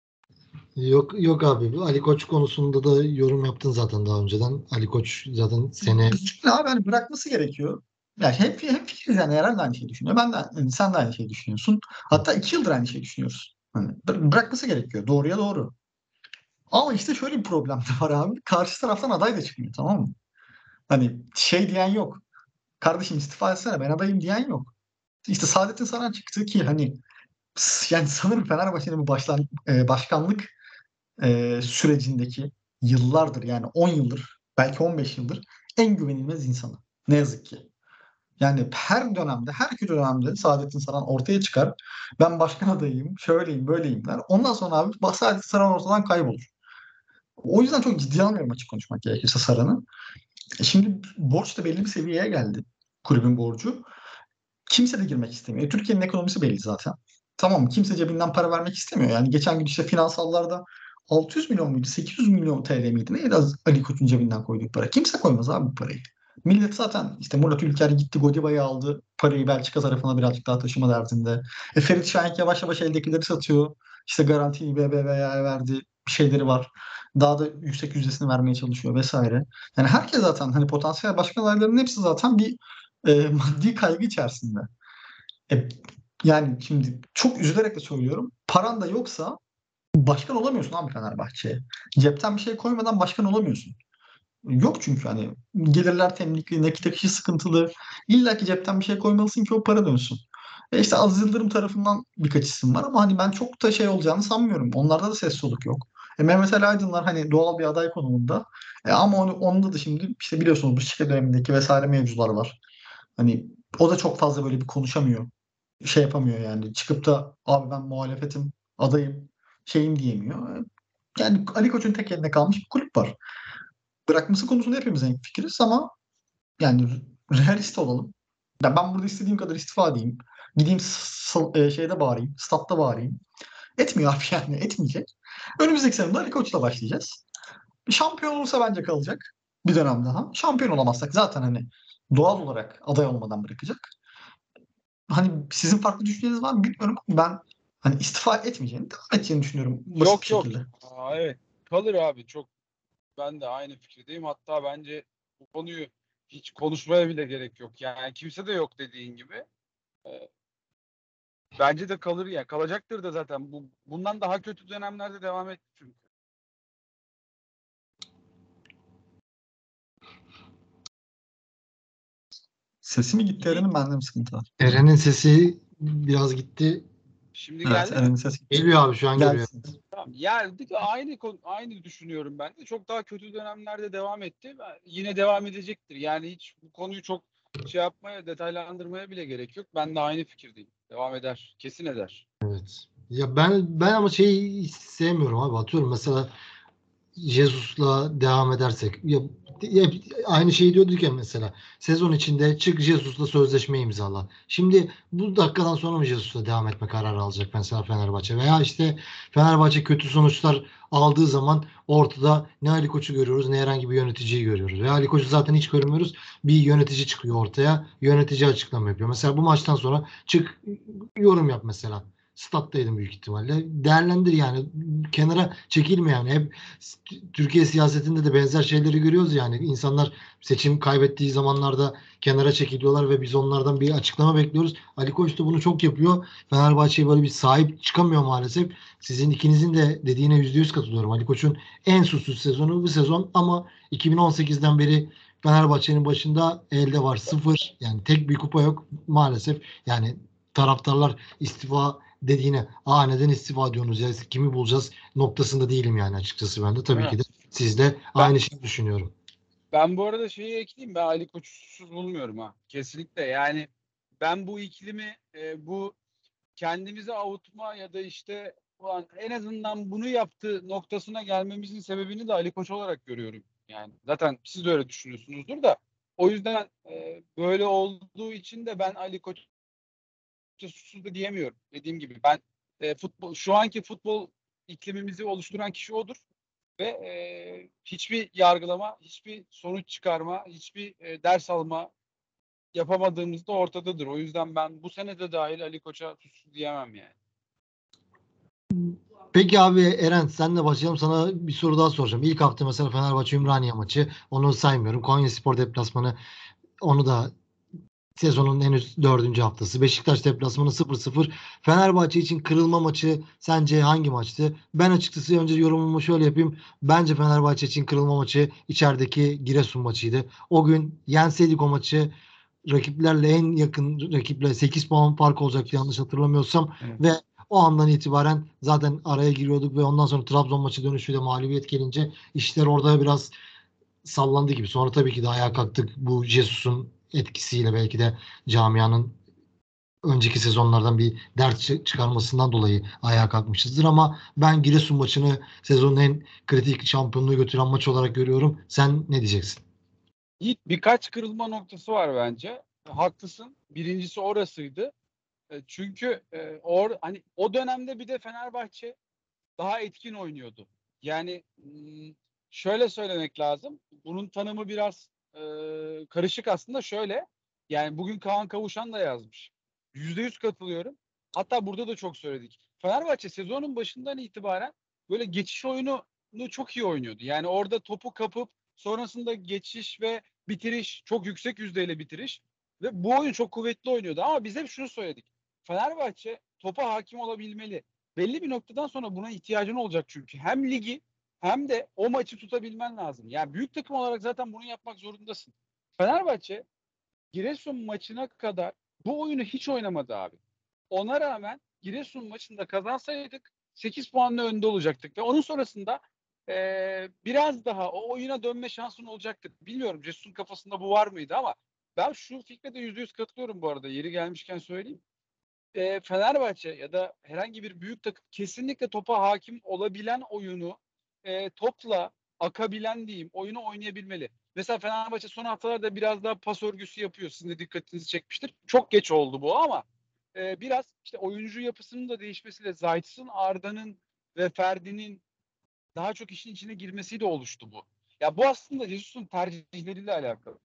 Yok yok abi. Ali Koç konusunda da yorum yaptın zaten daha önceden. Ali Koç zaten sene Ya abi hani bırakması gerekiyor. Yani hep, hep fikiriz yani Eren de aynı şeyi düşünüyor. Ben de yani sen de aynı şeyi düşünüyorsun. Hatta iki yıldır aynı şeyi düşünüyoruz. Hani bı- bırakması gerekiyor. Doğruya doğru. Ama işte şöyle bir problem de var abi. Karşı taraftan aday da çıkmıyor, tamam mı? Hani şey diyen yok. Kardeşim istifa etsene ben adayım diyen yok. İşte Saadettin Saran çıktı ki hani s- yani sanırım Fenerbahçe'nin bu başlan, e, başkanlık e, sürecindeki yıllardır yani on yıldır belki on beş yıldır en güvenilmez insanı. Ne yazık ki. Yani her dönemde, her iki dönemde Saadettin Saran ortaya çıkar. Ben başkan adayıyım, şöyleyim, böyleyim der. Ondan sonra abi Saadettin Saran ortadan kaybolur. O yüzden çok ciddiye almıyorum açık konuşmak gerekirse Saran'ı. E şimdi borç da belli bir seviyeye geldi. Kulübün borcu. Kimse de girmek istemiyor. E, Türkiye'nin ekonomisi belli zaten. Tamam mı? Kimse cebinden para vermek istemiyor. Yani geçen gün işte finansallarda altı yüz milyon muydu? sekiz yüz milyon T L miydi? Neydi az Ali Koç'un cebinden koyduğu para? Kimse koymaz abi bu parayı. Millet zaten işte Murat Ülker gitti Godiba'yı aldı. Parayı Belçika tarafına birazcık daha taşıma derdinde. E, Ferit Şahenk yavaş yavaş eldekileri satıyor. İşte garantiyi B B Va'ya verdi. Bir şeyleri var. Daha da yüksek yüzdesini vermeye çalışıyor vesaire. Yani herkes zaten hani potansiyel başkan adaylarının hepsi zaten bir e, maddi kaygı içerisinde. E, yani şimdi çok üzülerek de söylüyorum. Paran da yoksa başkan olamıyorsun abi Fenerbahçe'ye. Cepten bir şey koymadan başkan olamıyorsun. Yok çünkü hani gelirler temlikli, nakit akışı sıkıntılı. İlla ki cepten bir şey koymalısın ki o para dönsün. E işte Aziz Yıldırım tarafından birkaç isim var ama hani ben çok da şey olacağını sanmıyorum. Onlarda da ses soluk yok. E Mehmet Ali Aydınlar hani doğal bir aday konumunda. E ama onu, onda da şimdi işte biliyorsunuz bu şike dönemindeki vesaire mevzular var. Hani o da çok fazla böyle bir konuşamıyor, şey yapamıyor yani. Çıkıp da abi ben muhalefetim, adayım, şeyim diyemiyor. Yani Ali Koç'un tek eline kalmış bir kulüp var. Bırakması konusunda hepimiz hemfikiriz ama yani realist olalım. Ya ben burada istediğim kadar istifa edeyim. Gideyim s- e, şeyde bağırayım, statta bağırayım. Etmiyor abi yani, etmeyecek. Önümüzdeki sene de Ali Koç'la başlayacağız. Şampiyon olursa bence kalacak bir dönem daha. Şampiyon olamazsak zaten hani doğal olarak aday olmadan bırakacak. Hani sizin farklı düşünceniz var mı bilmiyorum ama ben hani istifa etmeyeceğini, devam edeceğini düşünüyorum basit bir Yok yok. şekilde. Aa, evet. Kalır abi. Çok ben de aynı fikirdeyim. Hatta bence bu konuyu hiç konuşmaya bile gerek yok. Yani kimse de yok dediğin gibi. Ee, bence de kalır ya. Kalacaktır da zaten. Bu bundan daha kötü dönemlerde devam etti çünkü. Sesi mi gitti İyi. Eren'in, bende mi sıkıntı var? Eren'in sesi biraz gitti. Şimdi Evet, geldi mi? Eren'in sesi gitti. Geliyor abi şu an geliyor. Gelsin. Tamam. Yani aynı konu- aynı düşünüyorum ben de. Çok daha kötü dönemlerde devam etti. Ben- Yine devam edecektir. Yani hiç bu konuyu çok şey yapmaya, detaylandırmaya bile gerek yok. Ben de aynı fikirdeyim. Devam eder. Kesin eder. Evet. Ya ben ben ama şeyi hiç sevmiyorum abi. Atıyorum mesela Jesus'la devam edersek ya, ya aynı şeyi diyorduk ya mesela sezon içinde çık Jesus'la sözleşme imzala. Şimdi bu dakikadan sonra mı Jesus'la devam etme kararı alacak mesela Fenerbahçe veya işte Fenerbahçe kötü sonuçlar aldığı zaman ortada ne Ali Koç'u görüyoruz ne herhangi bir yöneticiyi görüyoruz. Ve Ali Koç'u zaten hiç görmüyoruz. Bir yönetici çıkıyor ortaya. Yönetici açıklama yapıyor. Mesela bu maçtan sonra çık yorum yap mesela. Stat'taydım büyük ihtimalle. Değerlendir yani. Kenara çekilme yani. Hep Türkiye siyasetinde de benzer şeyleri görüyoruz yani. İnsanlar seçim kaybettiği zamanlarda kenara çekiliyorlar ve biz onlardan bir açıklama bekliyoruz. Ali Koç da bunu çok yapıyor. Fenerbahçe'ye böyle bir sahip çıkamıyor maalesef. Sizin ikinizin de dediğine yüzde yüz katılıyorum. Ali Koç'un en susuz sezonu bu sezon ama iki bin on sekizden beri Fenerbahçe'nin başında elde var sıfır. Yani tek bir kupa yok maalesef. Yani taraftarlar istifa dediğine aa neden istifa ediyorsunuz ya kimi bulacağız noktasında değilim yani açıkçası ben de Değil tabii mi? ki de sizle Ben aynı şeyi düşünüyorum. ben bu arada şeyi ekleyeyim. Ben Ali Koç'suz bulmuyorum ha. Kesinlikle. Yani ben bu iklimi e, bu kendimizi avutma ya da işte ulan en azından bunu yaptı noktasına gelmemizin sebebini de Ali Koç olarak görüyorum. Yani zaten siz de öyle düşünüyorsunuzdur da o yüzden e, böyle olduğu için de ben Ali Koç'a suçsuz da diyemiyorum. Dediğim gibi ben e, futbol şu anki futbol iklimimizi oluşturan kişi odur. ve e, hiçbir yargılama, hiçbir sonuç çıkarma, hiçbir e, ders alma yapamadığımız da ortadadır. O yüzden ben bu sene de dahil Ali Koç'a suçsuz diyemem yani. Peki abi Eren senle başlayalım. Sana bir soru daha soracağım. İlk hafta mesela Fenerbahçe Ümraniye maçı. Onu saymıyorum. Konyaspor deplasmanı onu da sezonun henüz dördüncü haftası. Beşiktaş deplasmanı sıfır sıfır. Fenerbahçe için kırılma maçı sence hangi maçtı? Ben açıkçası önce yorumumu şöyle yapayım. Bence Fenerbahçe için kırılma maçı içerideki Giresun maçıydı. O gün yenseydik o maçı rakiplerle en yakın rakiple sekiz puan fark olacaktı yanlış hatırlamıyorsam Evet. ve o andan itibaren zaten araya giriyorduk ve ondan sonra Trabzon maçı dönüşüyle mağlubiyet gelince işler orada biraz sallandı gibi. Sonra tabii ki de ayağa kalktık. Bu Jesus'un etkisiyle belki de camianın önceki sezonlardan bir ders çı- çıkarmasından dolayı ayağa kalkmışızdır ama ben Giresun maçını sezonun en kritik şampiyonluğu götüren maç olarak görüyorum. Sen ne diyeceksin? Yiğit, birkaç kırılma noktası var bence. Haklısın. Birincisi orasıydı. E, Çünkü e, or hani o dönemde bir de Fenerbahçe daha etkin oynuyordu. Yani m, şöyle söylemek lazım. Bunun tanımı biraz e, karışık aslında. Şöyle. Yani bugün Kaan Kavuşan da yazmış. Yüzde yüz katılıyorum. Hatta burada da çok söyledik. Fenerbahçe sezonun başından itibaren böyle geçiş oyunu çok iyi oynuyordu. Yani orada topu kapıp sonrasında geçiş ve bitiriş, çok yüksek yüzdeyle bitiriş ve bu oyun çok kuvvetli oynuyordu. Ama biz hep şunu söyledik. Fenerbahçe topa hakim olabilmeli. Belli bir noktadan sonra buna ihtiyacın olacak çünkü. Hem ligi hem de o maçı tutabilmen lazım. Yani büyük takım olarak zaten bunu yapmak zorundasın. Fenerbahçe Giresun maçına kadar bu oyunu hiç oynamadı abi. Ona rağmen Giresun maçında kazansaydık sekiz puanla önde olacaktık ve onun sonrasında e, biraz daha o oyuna dönme şansın olacaktı. Bilmiyorum Cesus'un kafasında bu var mıydı ama ben şu fikre de yüzde yüz katılıyorum bu arada. Yeri gelmişken söyleyeyim. E, Fenerbahçe ya da herhangi bir büyük takım kesinlikle topa hakim olabilen oyunu e, topla akabilen diyeyim oyunu oynayabilmeli. Mesela Fenerbahçe son haftalarda biraz daha pas örgüsü yapıyor. Sizin de dikkatinizi çekmiştir. Çok geç oldu bu ama e, biraz işte oyuncu yapısının da değişmesiyle Zayt'sın, Arda'nın ve Ferdi'nin daha çok işin içine girmesiyle oluştu bu. Ya bu aslında Jesus'un tercihleriyle alakalı.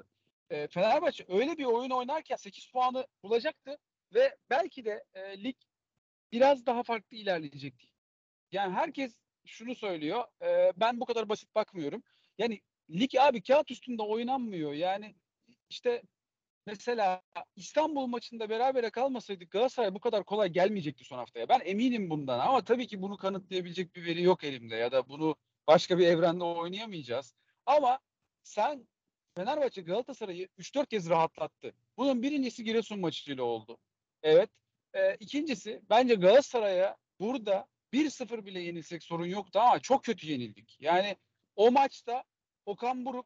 E, Fenerbahçe öyle bir oyun oynarken sekiz puanı bulacaktı ve belki de e, lig biraz daha farklı ilerleyecekti. Yani herkes şunu söylüyor. E, ben bu kadar basit bakmıyorum. Yani lig abi kağıt üstünde oynanmıyor. Yani işte mesela İstanbul maçında berabere kalmasaydık Galatasaray bu kadar kolay gelmeyecekti son haftaya. Ben eminim bundan ama tabii ki bunu kanıtlayabilecek bir veri yok elimde ya da bunu başka bir evrende oynayamayacağız. Ama sen Fenerbahçe Galatasaray'ı üç dört kez rahatlattı. Bunun birincisi Giresun maçıyla oldu. Evet. Ee, ikincisi bence Galatasaray'a burada bir sıfır bile yenilsek sorun yoktu ama çok kötü yenildik. Yani o maçta Okan Buruk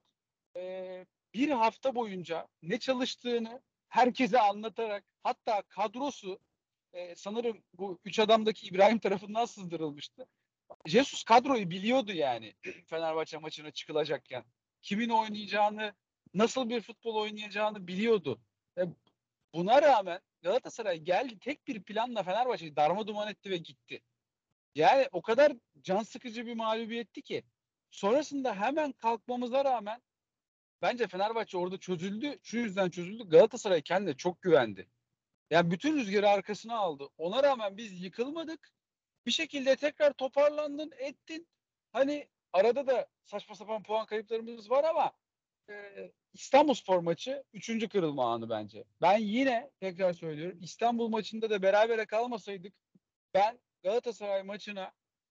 e, bir hafta boyunca ne çalıştığını herkese anlatarak hatta kadrosu e, sanırım bu üç adamdaki İbrahim tarafından sızdırılmıştı. Jesus kadroyu biliyordu yani Fenerbahçe maçına çıkılacakken. Kimin oynayacağını, nasıl bir futbol oynayacağını biliyordu. E, buna rağmen Galatasaray geldi tek bir planla Fenerbahçe'yi darmaduman etti ve gitti. Yani o kadar can sıkıcı bir mağlubiyetti ki. Sonrasında hemen kalkmamıza rağmen bence Fenerbahçe orada çözüldü. Şu yüzden çözüldü. Galatasaray kendine çok güvendi. Yani bütün rüzgarı arkasına aldı. Ona rağmen biz yıkılmadık. Bir şekilde tekrar toparlandın, ettin. Hani arada da saçma sapan puan kayıplarımız var ama e, İstanbulspor maçı üçüncü kırılma anı bence. Ben yine tekrar söylüyorum. İstanbul maçında da berabere kalmasaydık ben Galatasaray maçına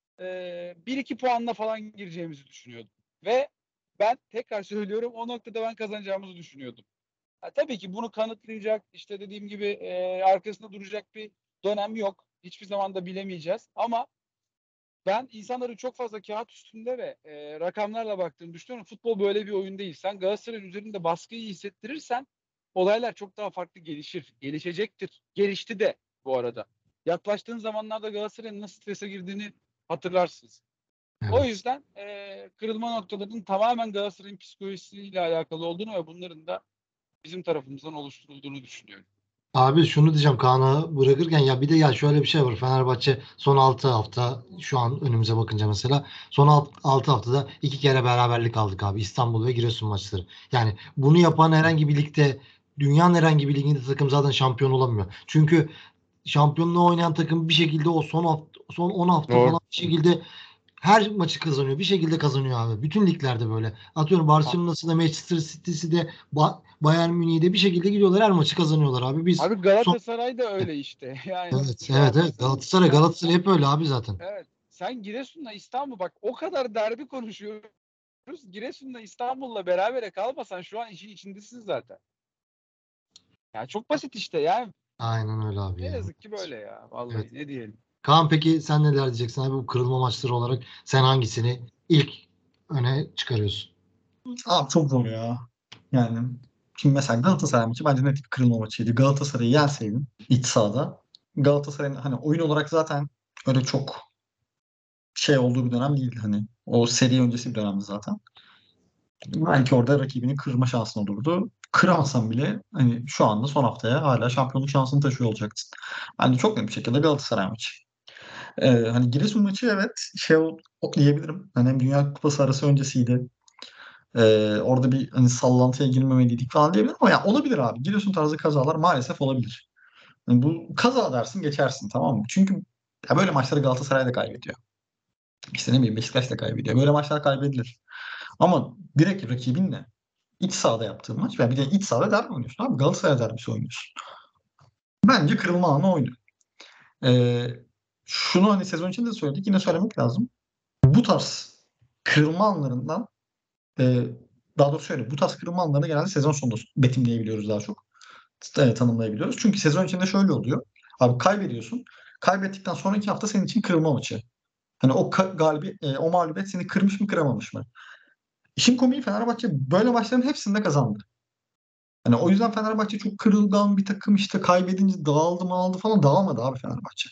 e, bir iki puanla falan gireceğimizi düşünüyordum. Ve ben tekrar söylüyorum o noktada ben kazanacağımızı düşünüyordum. Ha, tabii ki bunu kanıtlayacak işte dediğim gibi e, arkasında duracak bir dönem yok. Hiçbir zaman da bilemeyeceğiz. Ama ben insanların çok fazla kağıt üstünde ve e, rakamlarla baktığını düşünüyorum. Futbol böyle bir oyun değil. Sen Galatasaray'ın üzerinde baskıyı hissettirirsen olaylar çok daha farklı gelişir. Gelişecektir. Gelişti de bu arada. Yaklaştığın zamanlarda Galatasaray'ın nasıl strese girdiğini hatırlarsınız. O Evet. yüzden e, kırılma noktalarının tamamen Galatasaray'ın psikolojisiyle alakalı olduğunu ve bunların da bizim tarafımızdan oluşturulduğunu düşünüyorum. Abi şunu diyeceğim Kaan'a bırakırken, ya bir de ya şöyle bir şey var. Fenerbahçe son altı hafta, şu an önümüze bakınca mesela son altı haftada iki kere beraberlik aldık abi. İstanbul ve Giresun maçları. Yani bunu yapan herhangi bir ligde, dünyanın herhangi bir liginde takım zaten şampiyon olamıyor. Çünkü şampiyonluğu oynayan takım bir şekilde o son hafta, son on hafta Doğru. falan bir şekilde her maçı kazanıyor. Bir şekilde kazanıyor abi. Bütün liglerde böyle. Atıyorum A- Barcelona'sı da, Manchester City'si de, Ba- Bayern Münih'i de bir şekilde gidiyorlar. Her maçı kazanıyorlar abi. Biz Abi son. Galatasaray da öyle işte. Yani Evet, şu evet, anda evet. sen Galatasaray, sen Galatasaray hep öyle abi zaten. evet sen Giresun'la İstanbul, bak o kadar derbi konuşuyoruz. Giresun'la İstanbul'la berabere kalmasan şu an işin içindesin zaten. Yani çok basit işte ya. Aynen öyle abi Ne ya. yazık ki böyle ya. Evet. Vallahi ne diyelim. Kaan, peki sen neler diyeceksin abi, bu kırılma maçları olarak sen hangisini ilk öne çıkarıyorsun? Abi çok zor ya. Yani şimdi mesela Galatasaray maçı bence net bir kırılma maçıydı. Galatasaray'ı yenseydin iç sahada. Galatasaray'ın hani oyun olarak zaten öyle çok şey olduğu bir dönem değildi hani. O seri öncesi bir dönemdi zaten. Belki orada rakibini kırma şansın olurdu. Kıramasan bile hani şu anda son haftaya hala şampiyonluk şansını taşıyor olacaksın. Bence çok net bir şekilde Galatasaray maçı. Ee, hani Giresun maçı evet şey ol- diyebilirim. Hani hem Dünya Kupası arası öncesiydi. Ee, orada bir hani sallantıya girmemeliydik falan diyebilirim ama ya olabilir abi. Giresun tarzı kazalar maalesef olabilir. Yani bu kaza dersin geçersin, tamam mı? Çünkü ya böyle maçları Galatasaray da kaybediyor. İşte ne bileyim Beşiktaş da kaybediyor. Böyle maçlar kaybedilir. Ama direkt rakibinle iç sahada yaptığın maç ve bir de iç sahada derbi oynuyorsun abi. Galatasaray derbisi oynuyorsun. Bence kırılma anı oyunu. Ee, şunu hani sezon içinde de söyledik, yine söylemek lazım. Bu tarz kırılma anlarından e, daha doğrusu şöyle, bu tarz kırılma anlarını genelde sezon sonunda betimleyebiliyoruz daha çok. E, tanımlayabiliyoruz. Çünkü sezon içinde şöyle oluyor. Abi kaybediyorsun. Kaybettikten sonraki hafta senin için kırılma maçı. Hani o ka- galibi, e, o mağlubiyet seni kırmış mı kıramamış mı? İşin komiği Fenerbahçe böyle maçların hepsinde kazandı. Hani o yüzden Fenerbahçe çok kırılgan bir takım, işte kaybedince dağıldı mı aldı falan, dağılmadı abi Fenerbahçe.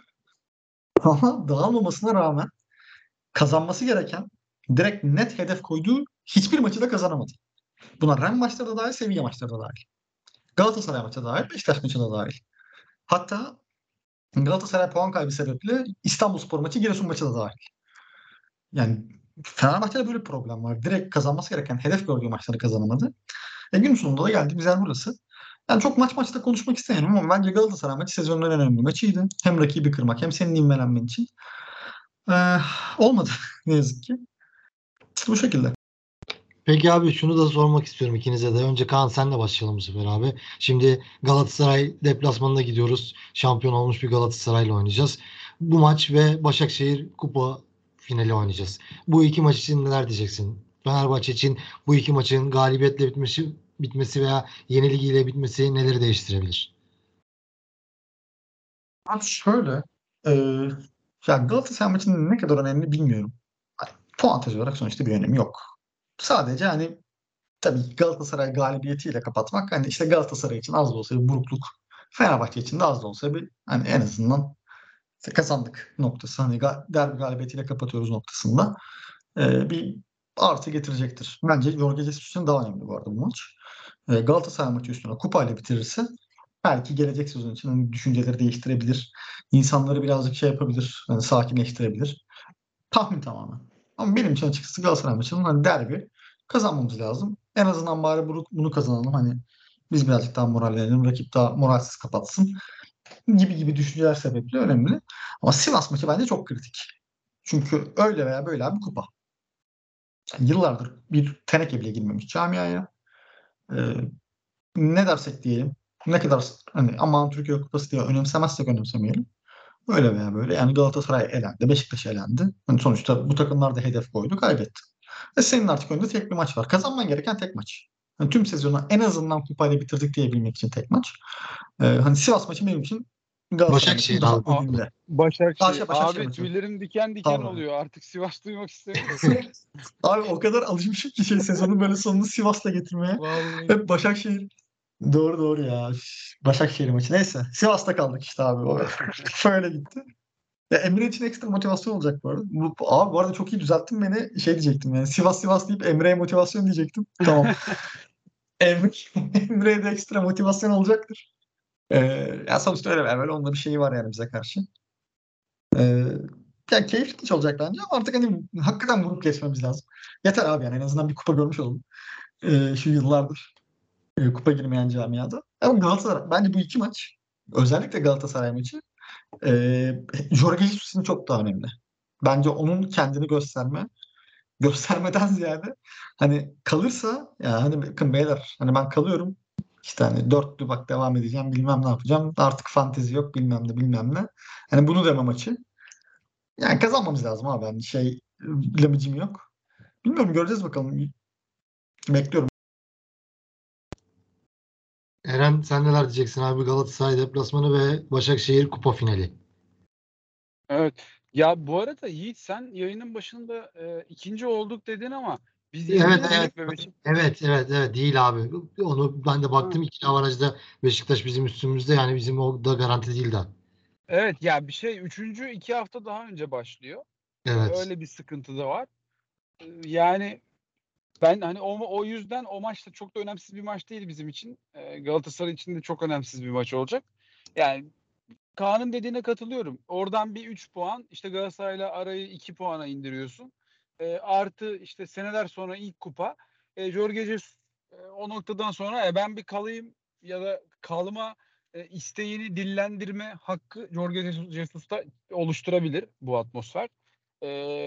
Ama dağılmamasına rağmen kazanması gereken, direkt net hedef koyduğu hiçbir maçı da kazanamadı. Buna Ren maçları da dahil, Sevilla maçları da dahil. Galatasaray maçı da dahil, Beşiktaş maçı da dahil. Hatta Galatasaray puan kaybı sebeple İstanbulspor maçı, Giresun maçı da dahil. Yani Fenerbahçe'de böyle bir problem var. Direkt kazanması gereken, hedef gördüğü maçları kazanamadı. E gün sonunda da geldiğimiz yer burası. Yani çok maç maçta konuşmak istemiyorum ama bence Galatasaray maçı sezonun en önemli maçıydı. Hem rakibi kırmak hem senin ivmelenmen için. Ee, olmadı ne yazık ki. Bu şekilde. Peki abi şunu da sormak istiyorum ikinize de. Önce Kaan, senle başlayalım bu sefer abi. Şimdi Galatasaray deplasmanına gidiyoruz. Şampiyon olmuş bir Galatasaray'la oynayacağız. Bu maç ve Başakşehir kupa finali oynayacağız. Bu iki maç için neler diyeceksin? Fenerbahçe için bu iki maçın galibiyetle bitmesi, bitmesi veya yenilgiyle bitmesi neleri değiştirebilir? Abi şöyle. E, ya Galatasaray maçının ne kadar önemli bilmiyorum. Hani, puantaj olarak sonuçta bir önemi yok. Sadece hani tabii Galatasaray galibiyetiyle kapatmak, hani işte Galatasaray için az da olsa bir burukluk, Fenerbahçe için de az da olsa bir hani en azından işte kazandık noktası. Hani ga- derbi galibiyetiyle kapatıyoruz noktasında e, bir artı getirecektir. Bence Jorge Jesus için daha önemli bu arada bu maç. E, Galatasaray maçı üstüne kupayla bitirirse belki gelecek sezon için hani düşünceleri değiştirebilir. İnsanları birazcık şey yapabilir, hani sakinleştirebilir. Tahmin tamamen. Ama benim için açıkçası Galatasaray maçının hani derbi kazanmamız lazım. En azından bari bunu, bunu kazanalım. Hani biz birazcık daha morallenelim, rakip daha moralsiz kapatsın gibi gibi düşünceler sebeple önemli. Ama Sivas maçı bence çok kritik. Çünkü öyle veya böyle bir kupa. Yani yıllardır bir teneke bile girmemiş camiaya. Ee, ne dersek diyelim, ne kadar hani aman Türkiye Kupası diye önemsemezsek önemsemeyelim. Öyle veya böyle yani Galatasaray elendi, Beşiktaş elendi. Hani sonuçta bu takımlar da hedef koydu, kaybetti. Ve senin artık önünde tek bir maç var. Kazanman gereken tek maç. Hani tüm sezonu en azından kupayla bitirdik diyebilmek için tek maç. Ee, hani Sivas maçı benim için Galatasaray maçının Başakşehir daha abi. A- önünde. Başakşehir. Ayşe Başakşehir Abi maçı. tüylerim diken diken Pardon. oluyor. Artık Sivas duymak istemiyorum. Abi o kadar alışmışım ki şey sezonun böyle sonunu Sivas'la getirmeye. Vallahi. Hep Başakşehir. Doğru doğru ya. Başakşehir maçı. Neyse. Sivas'ta kaldık işte abi. O şöyle gitti. Ya Emre için ekstra motivasyon olacak bu arada. Bu, abi bu arada çok iyi düzelttin beni. Şey diyecektim yani. Sivas Sivas deyip Emre'ye motivasyon diyecektim. Tamam. Emre, Emre'ye de ekstra motivasyon olacaktır. Ee, ya sonuçta öyle evvel onda bir şey var yani bize karşı. Ee, yani keyifli maç olacak bence ama artık hani hakikaten vurup geçmemiz lazım. Yeter abi yani en azından bir kupa görmüş olalım. Ee, şu yıllardır e, kupa girmeyen camiada. Ama Galatasaray bence bu iki maç özellikle Galatasaray maçı e, Jorge Jesus için çok daha önemli. Bence onun kendini gösterme göstermeden ziyade hani kalırsa ya hani bakın beyler hani ben kalıyorum işte hani dörtlü bak devam edeceğim bilmem ne yapacağım artık fantezi yok bilmem ne bilmem ne. Hani bunu deme maçı. Yani kazanmamız lazım abi ben şey lamıcım yok. Bilmiyorum göreceğiz bakalım. Bekliyorum. Eren sen neler diyeceksin abi Galatasaray deplasmanı ve Başakşehir kupa finali. Evet. Ya bu arada Yiğit sen yayının başında e, ikinci olduk dedin ama biz Evet yeniliyor evet. muyduk ve Beşik? Evet evet evet değil abi. Onu ben de Ha. baktım iki avarajda Beşiktaş bizim üstümüzde yani bizim o da garanti değil daha. Evet ya bir şey üçüncü iki hafta daha önce başlıyor. E, Evet. öyle bir sıkıntı da var. E, yani ben hani o, o yüzden o maçta çok da önemsiz bir maç değil bizim için. E, Galatasaray için de çok önemsiz bir maç olacak. Yani Kaan'ın dediğine katılıyorum. Oradan bir üç puan işte Galatasaray'la arayı iki puana indiriyorsun. E, artı işte seneler sonra ilk kupa. E, Jorge Jesus e, o noktadan sonra e, ben bir kalayım ya da kalma e, isteğini dillendirme hakkı Jorge Jesus, Jesus'ta oluşturabilir bu atmosfer. E,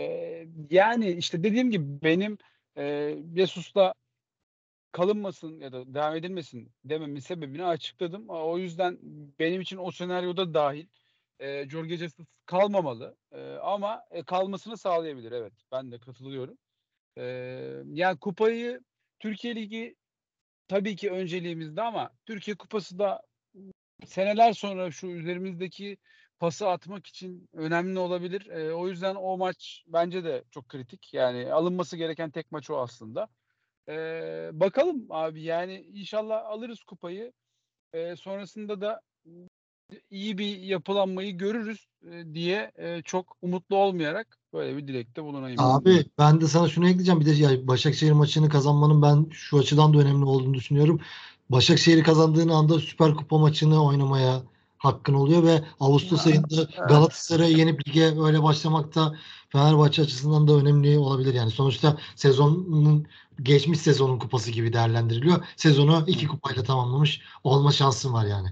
yani işte dediğim gibi benim e, Jesus'la kalınmasın ya da devam edilmesin dememin sebebini açıkladım. O yüzden benim için o senaryoda dahil e, Jorge Jesus kalmamalı. E, ama e, kalmasını sağlayabilir. Evet, ben de katılıyorum. E, yani kupayı Türkiye Ligi tabii ki önceliğimizde ama Türkiye Kupası da seneler sonra şu üzerimizdeki pası atmak için önemli olabilir. E, o yüzden o maç bence de çok kritik. Yani alınması gereken tek maç o aslında. Ee, bakalım abi yani inşallah alırız kupayı. Ee, sonrasında da iyi bir yapılanmayı görürüz e, diye e, çok umutlu olmayarak böyle bir dilekte bulunayım. Abi ben de sana şunu ekleyeceğim. Bir de ya Başakşehir maçını kazanmanın ben şu açıdan da önemli olduğunu düşünüyorum. Başakşehir'i kazandığın anda Süper Kupa maçını oynamaya hakkın oluyor ve Ağustos Ya, ayında evet. Galatasaray'ı yenip lige öyle başlamak da Fenerbahçe açısından da önemli olabilir. Yani sonuçta sezonun geçmiş sezonun kupası gibi değerlendiriliyor. Sezonu iki Hı. kupayla tamamlamış olma şansın var yani.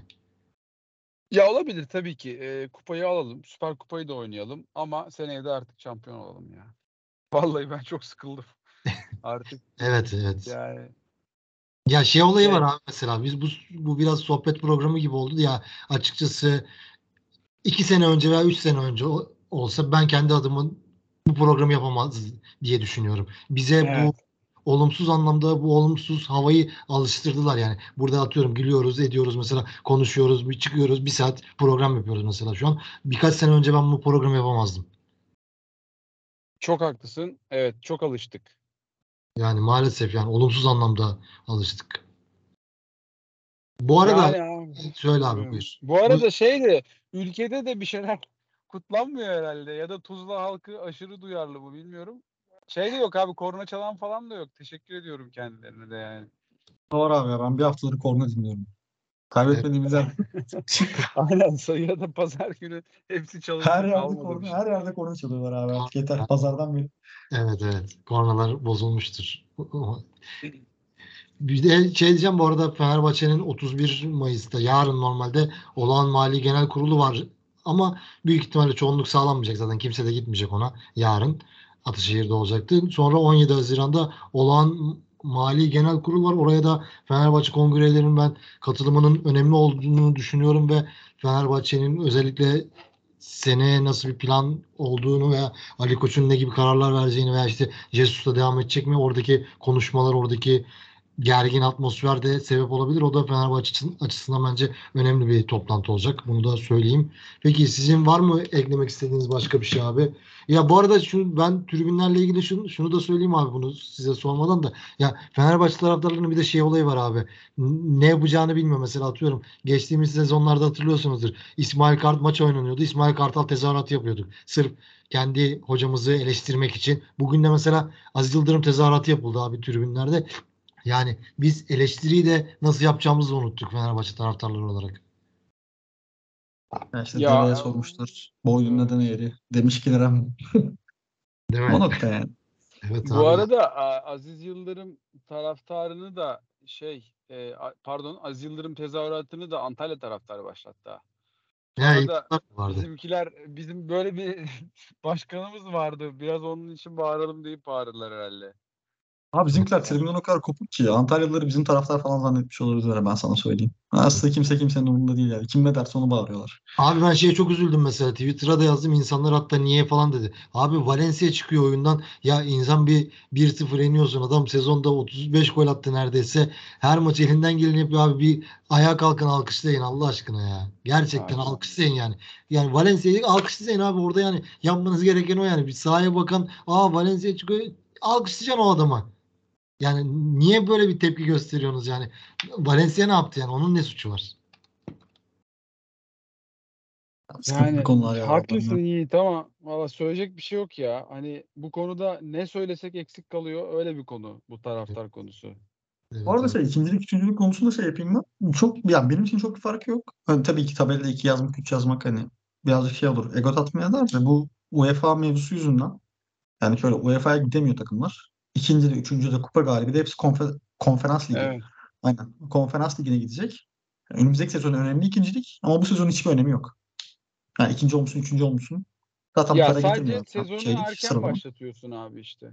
Ya olabilir tabii ki. Ee, kupayı alalım. Süper Kupayı da oynayalım. Ama seneye de artık şampiyon olalım ya. Vallahi ben çok sıkıldım. Artık Evet evet. yani Ya şey olayı var şey abi mesela biz bu bu biraz sohbet programı gibi oldu ya açıkçası iki sene önce veya üç sene önce o- olsa ben kendi adımın bu programı yapamaz diye düşünüyorum. Bize bu evet. olumsuz anlamda bu olumsuz havayı alıştırdılar yani. Burada atıyorum gülüyoruz, ediyoruz mesela konuşuyoruz, bir çıkıyoruz, bir saat program yapıyoruz mesela şu an. Birkaç sene önce ben bu programı yapamazdım. Çok haklısın. Evet, çok alıştık. Yani maalesef yani olumsuz anlamda alıştık. Bu arada Yani abi, söyle abi bilmiyorum. buyur. Bu Buyur. arada şey de ülkede de bir şeyler kutlanmıyor herhalde ya da Tuzla halkı aşırı duyarlı bu bilmiyorum. Şey de yok abi korna çalan falan da yok. Teşekkür ediyorum kendilerine de yani. Var abi ya ben bir haftadır korna dinliyorum. Kaybetmediğimiz yer. Aynen sayıya da pazar günü hepsi Her çalındı yerde kalmadı bir korna, şey. her yerde korna çalıyorlar abi artık Evet. yeter. Pazardan beri. Evet evet. Kornalar bozulmuştur. Bir de şey diyeceğim bu arada Fenerbahçe'nin otuz bir Mayıs'ta yarın normalde olağan mali genel kurulu var. Ama büyük ihtimalle çoğunluk sağlanmayacak zaten. Kimse de gitmeyecek ona yarın. Ataşehir'de olacaktı. Sonra on yedi Haziran'da olağan mali genel kurul var. Oraya da Fenerbahçe kongrelerinin ben katılımının önemli olduğunu düşünüyorum ve Fenerbahçe'nin özellikle seneye nasıl bir plan olduğunu veya Ali Koç'un ne gibi kararlar vereceğini veya işte Jesus'la devam edecek mi oradaki konuşmalar oradaki gergin atmosfer de sebep olabilir. O da Fenerbahçe açısından açısından bence önemli bir toplantı olacak. Bunu da söyleyeyim. Peki sizin var mı eklemek istediğiniz başka bir şey abi? Ya bu arada şu, ben tribünlerle ilgili şunu, şunu da söyleyeyim abi bunu size sormadan da. Ya Fenerbahçe taraftarlarının bir de şey olayı var abi. N- Ne yapacağını bilmiyor. Mesela atıyorum geçtiğimiz sezonlarda hatırlıyorsunuzdur. İsmail Kart maç oynanıyordu. İsmail Kartal tezahüratı yapıyorduk. Sırf kendi hocamızı eleştirmek için. Bugün de mesela Aziz Yıldırım tezahüratı yapıldı abi tribünlerde. Yani biz eleştiriyi de nasıl yapacağımızı unuttuk Fenerbahçe taraftarları olarak. Ya işte Ya deveye sormuşlar. Boynun neden eğri? Demiş ki Eren. Değil O mi? nokta yani. Evet bu abi ya. arada A- Aziz Yıldırım taraftarını da şey e, a- pardon Aziz Yıldırım tezahüratını da Antalya taraftarı başlattı ha. Ya Sonra da insanlar da vardı. bizimkiler bizim böyle bir başkanımız vardı. Biraz onun için bağıralım deyip bağırırlar herhalde. Abi bizimkiler tribünden o kadar kopuk ki Antalyalıları bizim taraftar falan zannetmiş olabilirler, ben sana söyleyeyim. Aslında kimse kimsenin umurunda değil yani. Kim ne derse onu bağırıyorlar. Abi ben şeye çok üzüldüm mesela. Twitter'a da yazdım. İnsanlar hatta niye falan dedi. Abi Valencia çıkıyor oyundan. Ya insan bir bir sıfır yeniyorsun. Adam sezonda otuz beş gol attı neredeyse. Her maç elinden geleni yapıyor abi. Bir ayağa kalkın alkışlayın Allah aşkına ya. Gerçekten Aynen. alkışlayın yani. Yani Valencia'yı alkışlayın abi. Orada yani yapmanız gereken o yani. Bir sahaya bakan aa Valencia çıkıyor. Alkışlayacaksın o adama. Yani niye böyle bir tepki gösteriyorsunuz yani? Valencia ne yaptı yani? Onun ne suçu var? Sıkıntılı Yani konular ya haklısın vallahi. Yiğit ama valla söyleyecek bir şey yok ya. Hani bu konuda ne söylesek eksik kalıyor. Öyle bir konu bu taraftar konusu. Bu Evet arada evet. şey, ikincilik, üçüncülük konusunda şey yapayım ben. Çok, yani benim için çok bir farkı yok. Hani tabii ki tabelada iki yazmak, üç yazmak hani birazcık şey olur. Ego tatmaya eder de bu UEFA mevzusu yüzünden, yani şöyle U E F A'ya gidemiyor takımlar. İkinci de, üçüncü de kupa galibi de hepsi konfer- konferans ligi. Evet. Aynen. Konferans ligine gidecek. Önümüzdeki sezon önemli ikincilik ama bu sezon hiçbir önemi yok. Yani ikinci olmuşsun, üçüncü olmuşsun. Zaten Ya para sadece getirmiyor sezonu şeylik, erken sıralama. başlatıyorsun abi işte.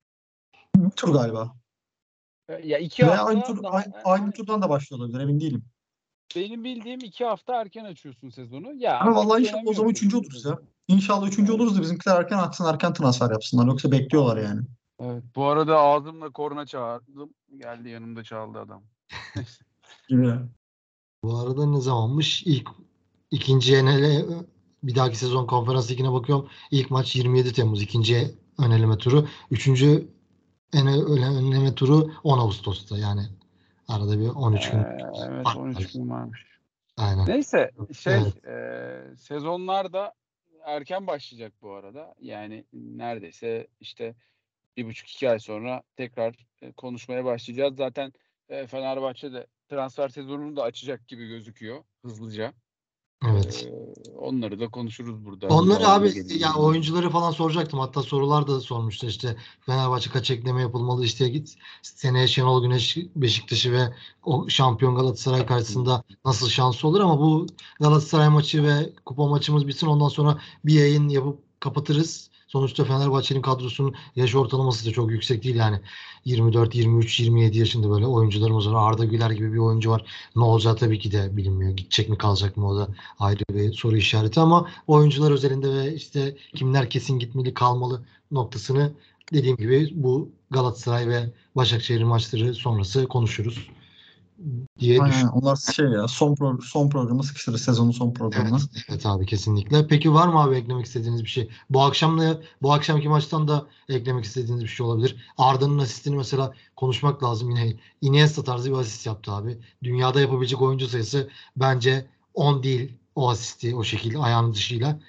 Bir tur galiba. E, Ya iki Veya aynı hafta tur daha aynı, e, aynı a- turdan da başlıyor olabilir, emin değilim. benim bildiğim iki hafta erken açıyorsun sezonu. Ya Ama artık vallahi bir inşallah o önemi zaman yok üçüncü üçüncü oluruz ya. sezon. İnşallah üçüncü Evet. oluruz da bizimkiler erken atsın, erken transfer yapsınlar. Yoksa bekliyorlar Aynen. yani. Evet. Bu arada ağzımla korna çağırdım. Geldi yanımda çaldı adam. Neyse. Gibi. Bu arada ne zamanmış? İlk ikinci N L bir dahaki sezon konferans ligine bakıyorum. İlk maç yirmi yedi Temmuz. İkinci ön eleme turu. Üçüncü en ön eleme turu on Ağustos'ta. Yani arada bir on Ee, üç gün evet fark var. on üç gün varmış. Aynen. Neyse şey Evet. e, sezonlar da erken başlayacak bu arada. Yani neredeyse işte bir buçuk iki ay sonra tekrar e, konuşmaya başlayacağız. Zaten e, Fenerbahçe de transfer sezonunu da açacak gibi gözüküyor hızlıca. Evet. Ee, onları da konuşuruz burada Onları zamanı abi ya gelince. oyuncuları falan soracaktım. Hatta sorular da sormuştu işte Fenerbahçe kaç ekleme yapılmalı işte git seneye Şenol Güneş Beşiktaş'ı ve o şampiyon Galatasaray karşısında nasıl şansı olur ama bu Galatasaray maçı ve kupa maçımız bitsin ondan sonra bir yayın yapıp kapatırız. Sonuçta Fenerbahçe'nin kadrosunun yaş ortalaması da çok yüksek değil yani yirmi dört, yirmi üç, yirmi yedi yaşında böyle oyuncularımız var. Arda Güler gibi bir oyuncu var. Ne olacağı tabii ki de bilinmiyor. Gidecek mi kalacak mı o da ayrı bir soru işareti ama oyuncular özelinde ve işte kimler kesin gitmeli kalmalı noktasını dediğim gibi bu Galatasaray ve Başakşehir maçları sonrası konuşuruz diye Aynen. düşünüyorum. Onlar şey ya, son pro son programı sıkıştırır, sezonun son Evet, programına. evet abi kesinlikle. Peki var mı abi eklemek istediğiniz bir şey? Bu akşamla bu akşamki maçtan da eklemek istediğiniz bir şey olabilir. Arda'nın asistini mesela konuşmak lazım yine. Iniesta tarzı bir asist yaptı abi. Dünyada yapabilecek oyuncu sayısı bence on değil o asisti o şekilde ayağının dışıyla.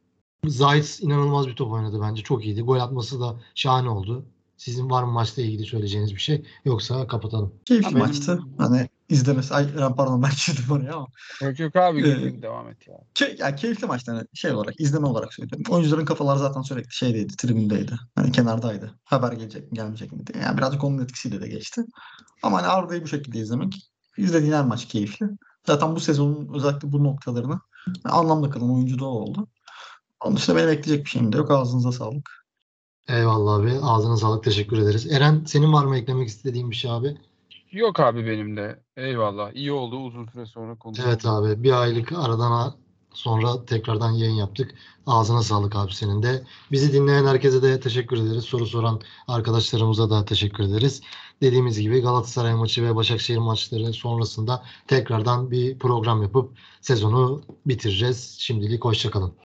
Zayt inanılmaz bir top oynadı bence. Çok iyiydi. Gol atması da şahane oldu. Sizin var mı maçla ilgili söyleyeceğiniz bir şey? Yoksa kapatalım. Ha, Keyifli maçtı. benim Hani izlemesi, ay pardon ben çizdim oraya ama. yok yok abi gir Ee, gir devam et ya. Key, yani keyifli maçtı, hani şey olarak, izleme olarak söylüyorum. Oyuncuların kafaları zaten sürekli şeydeydi, tribündeydi. Hani kenardaydı. Haber gelecek mi gelmeyecek mi diye. Yani birazcık onun etkisiyle de geçti. Ama hani Arda'yı bu şekilde izlemek, izlediğin her maç keyifli. Zaten bu sezonun özellikle bu noktalarını anlamda kalan oyuncu da o oldu. Onun dışında benim ekleyecek bir şeyim de yok. Ağzınıza sağlık. Eyvallah abi. Ağzına sağlık. Teşekkür ederiz. Eren senin var mı eklemek istediğin bir şey abi? Yok abi benim de. Eyvallah. İyi oldu uzun süre sonra Evet konuştuk. abi. Bir aylık aradan a- sonra tekrardan yayın yaptık. Ağzına sağlık abi senin de. Bizi dinleyen herkese de teşekkür ederiz. Soru soran arkadaşlarımıza da teşekkür ederiz. Dediğimiz gibi Galatasaray maçı ve Başakşehir maçları sonrasında tekrardan bir program yapıp sezonu bitireceğiz. Şimdilik hoşça kalın.